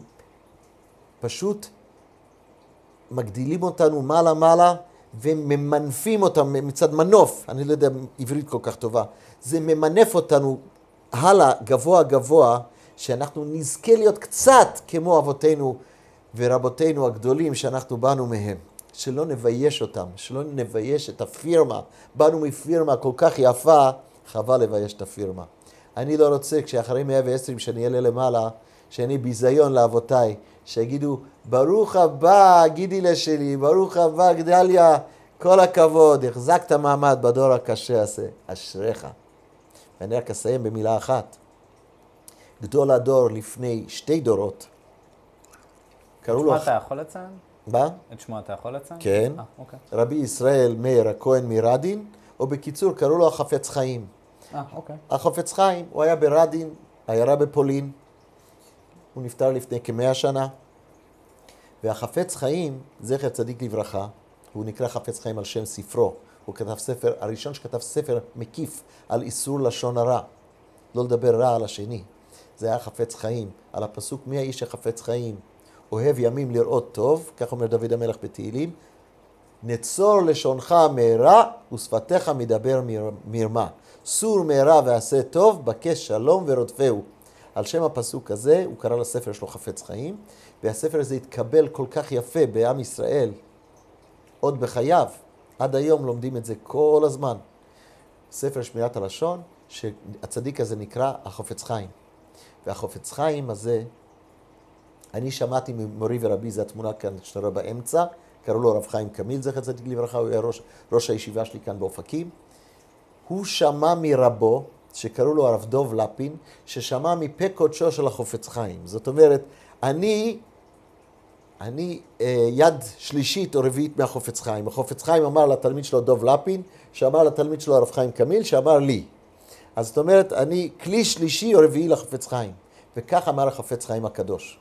פשוט מגדילים אותנו מעלה-מעלה, וממנפים אותם מצד מנוף, אני לא יודע עברית כל כך טובה, זה ממנף אותנו הלאה, גבוה גבוה, שאנחנו נזכה להיות קצת כמו אבותינו ורבותינו הגדולים שאנחנו באנו מהם. שלא נבייש אותם, שלא נבייש את הפירמה. באנו מפירמה כל כך יפה, חבל לבייש את הפירמה. אני לא רוצה, כשאחרי מאה ועשרים שאני אעלה למעלה, שאני ביזיון לאבותיי, שיגידו, ברוך הבא, גידילה שלי, ברוך הבא, גדליה, כל הכבוד, החזקת מעמד בדור הקשה הזה, אשריך. ואני רק אסיים במילה אחת. גדול הדור לפני שתי דורות, קראו לו... את שמו אתה יכול לציין? מה? את שמו אתה יכול לציין? כן. אה, אוקיי. רבי ישראל מאיר הכהן מרדין, או בקיצור קראו לו החפץ חיים. אה, אוקיי. החפץ חיים, הוא היה ברדין, עיירה בפולין, הוא נפטר לפני כמאה שנה, והחפץ חיים, זכר צדיק לברכה, הוא נקרא חפץ חיים על שם ספרו, הוא כתב ספר, הראשון שכתב ספר מקיף על איסור לשון הרע, לא לדבר רע על השני. זה היה חפץ חיים, על הפסוק מי האיש החפץ חיים, אוהב ימים לראות טוב, כך אומר דוד המלך בתהילים, נצור לשונך מהרה ושפתיך מדבר מרמה. סור מהרה ועשה טוב, בקש שלום ורודפהו. על שם הפסוק הזה הוא קרא לספר שלו חפץ חיים, והספר הזה התקבל כל כך יפה בעם ישראל, עוד בחייו, עד היום לומדים את זה כל הזמן. ספר שמירת הלשון, שהצדיק הזה נקרא החפץ חיים. והחפץ חיים הזה, אני שמעתי ממורי ורבי, זו התמונה כאן שאתה רואה באמצע, קראו לו רב חיים קמיל, זכר צדיק לברכה, הוא היה ראש, ראש הישיבה שלי כאן באופקים. הוא שמע מרבו, שקראו לו הרב דוב לפין, ששמע מפה קודשו של החפץ חיים. זאת אומרת, אני, אני אה, יד שלישית או רביעית מהחפץ חיים. החפץ חיים אמר לתלמיד שלו דוב לפין, שאמר לתלמיד שלו הרב חיים קמיל, שאמר לי. אז זאת אומרת, אני כלי שלישי או רביעי לחפץ חיים. וכך אמר החפץ חיים הקדוש.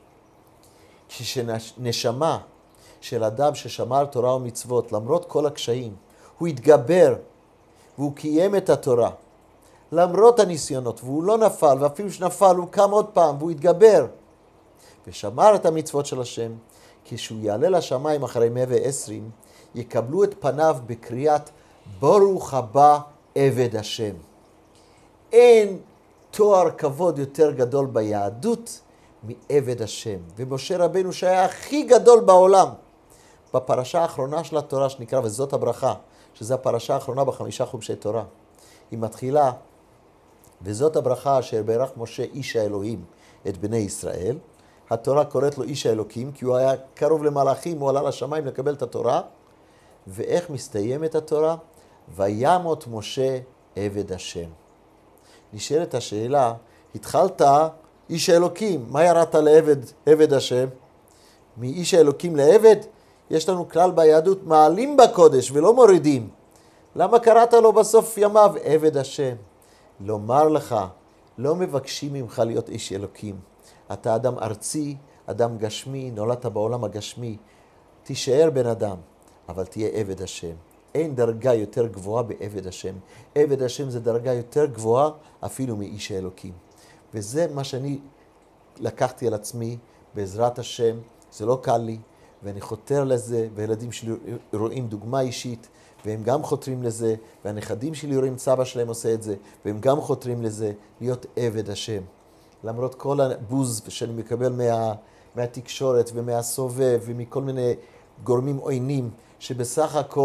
כשנשמה של אדם ששמר תורה ומצוות, למרות כל הקשיים, הוא התגבר והוא קיים את התורה. למרות הניסיונות, והוא לא נפל, ואפילו שנפל, הוא קם עוד פעם, והוא התגבר. ושמר את המצוות של השם, כשהוא יעלה לשמיים אחרי מאה ועשרים, יקבלו את פניו בקריאת ברוך הבא עבד השם. אין תואר כבוד יותר גדול ביהדות מעבד השם. ומשה רבנו שהיה הכי גדול בעולם, בפרשה האחרונה של התורה שנקרא וזאת הברכה, שזו הפרשה האחרונה בחמישה חומשי תורה. היא מתחילה, וזאת הברכה אשר ברך משה איש האלוהים את בני ישראל. התורה קוראת לו איש האלוקים, כי הוא היה קרוב למלאכים, הוא עלה לשמיים לקבל את התורה. ואיך מסתיימת התורה? וימות משה עבד השם. נשאלת השאלה, התחלת איש האלוקים, מה ירדת לעבד, עבד השם? מאיש האלוקים לעבד? יש לנו כלל ביהדות, מעלים בקודש ולא מורידים. למה קראת לו בסוף ימיו עבד השם? לומר לך, לא מבקשים ממך להיות איש אלוקים. אתה אדם ארצי, אדם גשמי, נולדת בעולם הגשמי. תישאר בן אדם, אבל תהיה עבד השם. אין דרגה יותר גבוהה בעבד השם. עבד השם זה דרגה יותר גבוהה אפילו מאיש האלוקים. וזה מה שאני לקחתי על עצמי בעזרת השם. זה לא קל לי, ואני חותר לזה, והילדים שלי רואים דוגמה אישית, והם גם חותרים לזה, והנכדים שלי רואים סבא שלהם עושה את זה, והם גם חותרים לזה, להיות עבד השם. למרות כל הבוז שאני מקבל מה, מהתקשורת ומהסובב ומכל מיני גורמים עוינים, שבסך הכל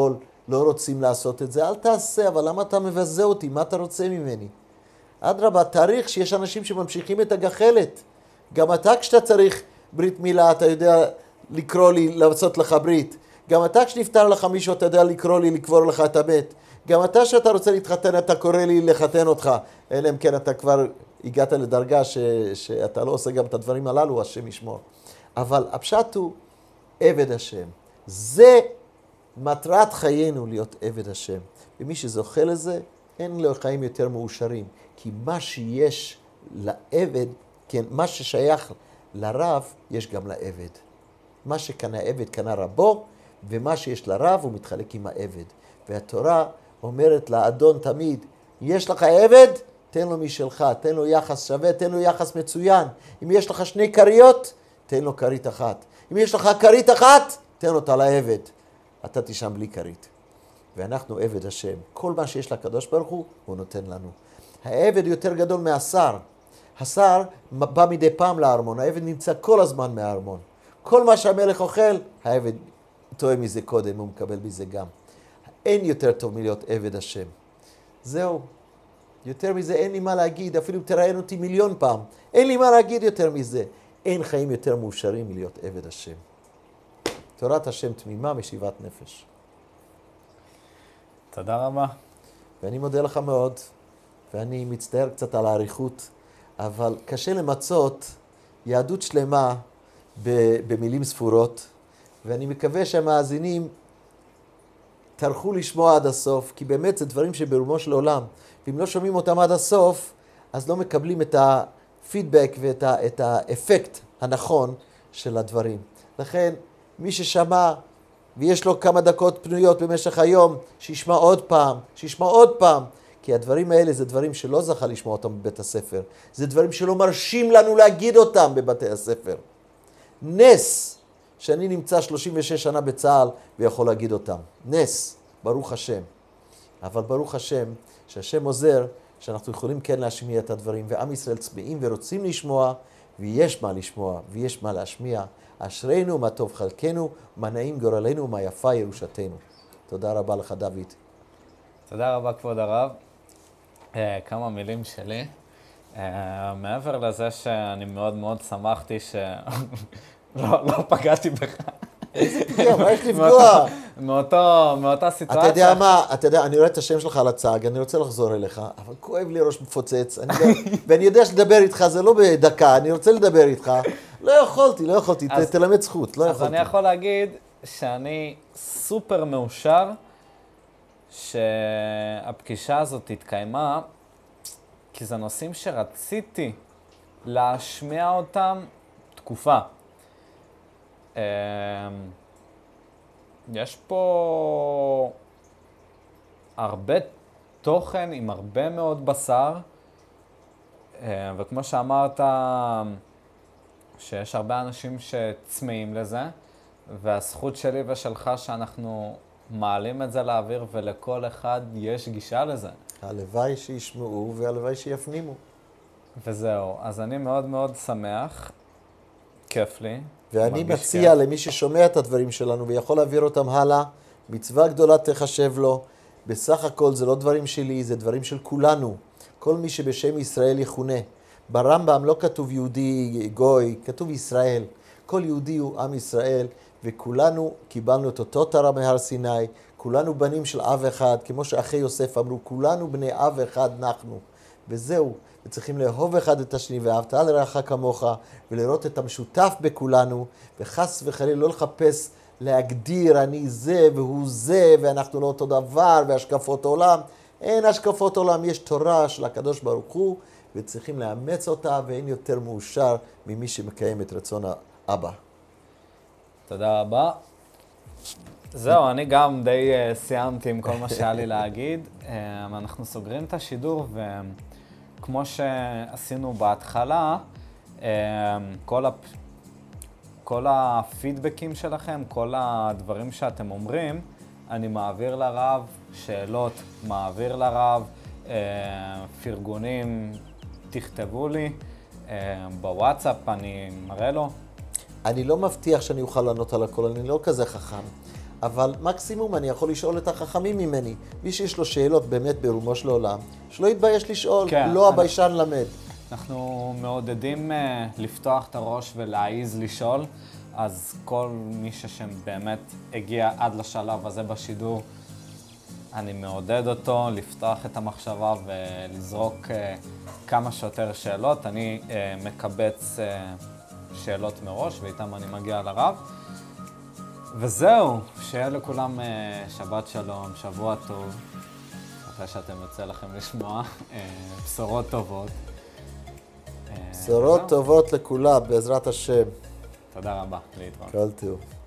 לא רוצים לעשות את זה, אל תעשה, אבל למה אתה מבזה אותי? מה אתה רוצה ממני? אדרבה, תאריך שיש אנשים שממשיכים את הגחלת. גם אתה כשאתה צריך ברית מילה, אתה יודע לקרוא לי, לעשות לך ברית. גם אתה כשנפטר לך מישהו, אתה יודע לקרוא לי, לקבור לך את הבית. גם אתה שאתה רוצה להתחתן, אתה קורא לי לחתן אותך. אלא אם כן אתה כבר הגעת לדרגה ש, שאתה לא עושה גם את הדברים הללו, השם ישמור. אבל הפשט הוא עבד השם. זה מטרת חיינו להיות עבד השם. ומי שזוכה לזה, אין לו חיים יותר מאושרים. כי מה שיש לעבד, כן, מה ששייך לרב, יש גם לעבד. מה שקנה עבד קנה רבו, ומה שיש לרב הוא מתחלק עם העבד. והתורה אומרת לאדון תמיד, יש לך עבד, תן לו משלך, תן לו יחס שווה, תן לו יחס מצוין. אם יש לך שני קריות, תן לו קרית אחת. אם יש לך קרית אחת, תן אותה לעבד. אתה תשם בלי קרית. ואנחנו עבד השם. כל מה שיש לקדוש ברוך הוא, הוא נותן לנו. העבד יותר גדול מהשר. השר בא מדי פעם לארמון, העבד נמצא כל הזמן מהארמון. כל מה שהמלך אוכל, העבד טועה מזה קודם, הוא מקבל מזה גם. אין יותר טוב מלהיות עבד השם. זהו. יותר מזה אין לי מה להגיד, אפילו תראיין אותי מיליון פעם. אין לי מה להגיד יותר מזה. אין חיים יותר מאושרים מלהיות עבד השם. תורת השם תמימה משיבת נפש. תודה רבה. ואני מודה לך מאוד, ואני מצטער קצת על העריכות, אבל קשה למצות יהדות שלמה במילים ספורות, ואני מקווה שהמאזינים תרחו לשמוע עד הסוף, כי באמת זה דברים שברומו של עולם, ואם לא שומעים אותם עד הסוף, אז לא מקבלים את הפידבק ואת ה, את האפקט הנכון של הדברים. לכן, מי ששמע ויש לו כמה דקות פנויות במשך היום, שישמע עוד פעם, שישמע עוד פעם, כי הדברים האלה זה דברים שלא זכה לשמוע אותם בבית הספר. זה דברים שלא מרשים לנו להגיד אותם בבתי הספר. נס, שאני נמצא שלושים ושש שנה בצה"ל ויכול להגיד אותם. נס, ברוך השם. אבל ברוך השם, שהשם עוזר, שאנחנו יכולים כן להשמיע את הדברים, ועם ישראל צמאים ורוצים לשמוע, ויש מה לשמוע, ויש מה להשמיע. אשרינו, מה טוב חלקנו, מה נעים גורלנו, מה יפה ירושתנו. תודה רבה לך, דוד. תודה רבה, כבוד הרב. Uh, כמה מילים שלי. Uh, מעבר לזה שאני מאוד מאוד שמחתי ש... לא, לא פגעתי בך. מה יש לפגוע? מאותו, מאותה סיטואציה. אתה יודע מה, אתה יודע, אני רואה את השם שלך על הצג, אני רוצה לחזור אליך, אבל כואב לי ראש מפוצץ, ואני יודע שדבר איתך, זה לא בדקה, אני רוצה לדבר איתך. לא יכולתי, לא יכולתי, תלמד זכות, לא יכולתי. אז אני יכול להגיד שאני סופר מאושר שהפגישה הזאת התקיימה, כי זה נושאים שרציתי להשמיע אותם תקופה. יש פה הרבה תוכן עם הרבה מאוד בשר, וכמו שאמרת, שיש הרבה אנשים שצמאים לזה, והזכות שלי ושלך שאנחנו מעלים את זה לאוויר, ולכל אחד יש גישה לזה. הלוואי שישמעו והלוואי שיפנימו. וזהו, אז אני מאוד מאוד שמח, כיף לי. ואני מציע כיף. למי ששומע את הדברים שלנו ויכול להעביר אותם הלאה, מצווה גדולה תחשב לו. בסך הכל זה לא דברים שלי, זה דברים של כולנו. כל מי שבשם ישראל יכונה. ברמב"ם לא כתוב יהודי גוי, כתוב ישראל. כל יהודי הוא עם ישראל, וכולנו קיבלנו את אותו תורה מהר סיני, כולנו בנים של אב אחד, כמו שאחי יוסף אמרו, כולנו בני אב אחד אנחנו. וזהו, וצריכים לאהוב אחד את השני, ואהבת לרעך כמוך, ולראות את המשותף בכולנו, וחס וחלילה לא לחפש להגדיר אני זה והוא זה, ואנחנו לא אותו דבר, והשקפות עולם. אין השקפות עולם, יש תורה של הקדוש ברוך הוא, וצריכים לאמץ אותה, ואין יותר מאושר ממי שמקיים את רצון האבא. תודה רבה. זהו, אני גם די uh, סיימתי עם כל מה שהיה לי להגיד. Um, אנחנו סוגרים את השידור, וכמו שעשינו בהתחלה, um, כל, הפ... כל הפידבקים שלכם, כל הדברים שאתם אומרים, אני מעביר לרב, שאלות מעביר לרב, uh, פרגונים תכתבו לי, uh, בוואטסאפ אני מראה לו. אני לא מבטיח שאני אוכל לענות על הכל, אני לא כזה חכם. אבל מקסימום אני יכול לשאול את החכמים ממני. מי שיש לו שאלות באמת ברומו של עולם, שלא יתבייש לשאול, כן, לא אני... הביישן למד. אנחנו מעודדים uh, לפתוח את הראש ולהעיז לשאול, אז כל מי שבאמת הגיע עד לשלב הזה בשידור, אני מעודד אותו לפתוח את המחשבה ולזרוק uh, כמה שיותר שאלות. אני uh, מקבץ uh, שאלות מראש ואיתם אני מגיע לרב. וזהו, שיהיה לכולם uh, שבת שלום, שבוע טוב, אחרי שאתם יוצא לכם לשמוע uh, בשורות טובות. בשורות טובות לכולם, בעזרת השם. תודה רבה, להתראות. כל טוב.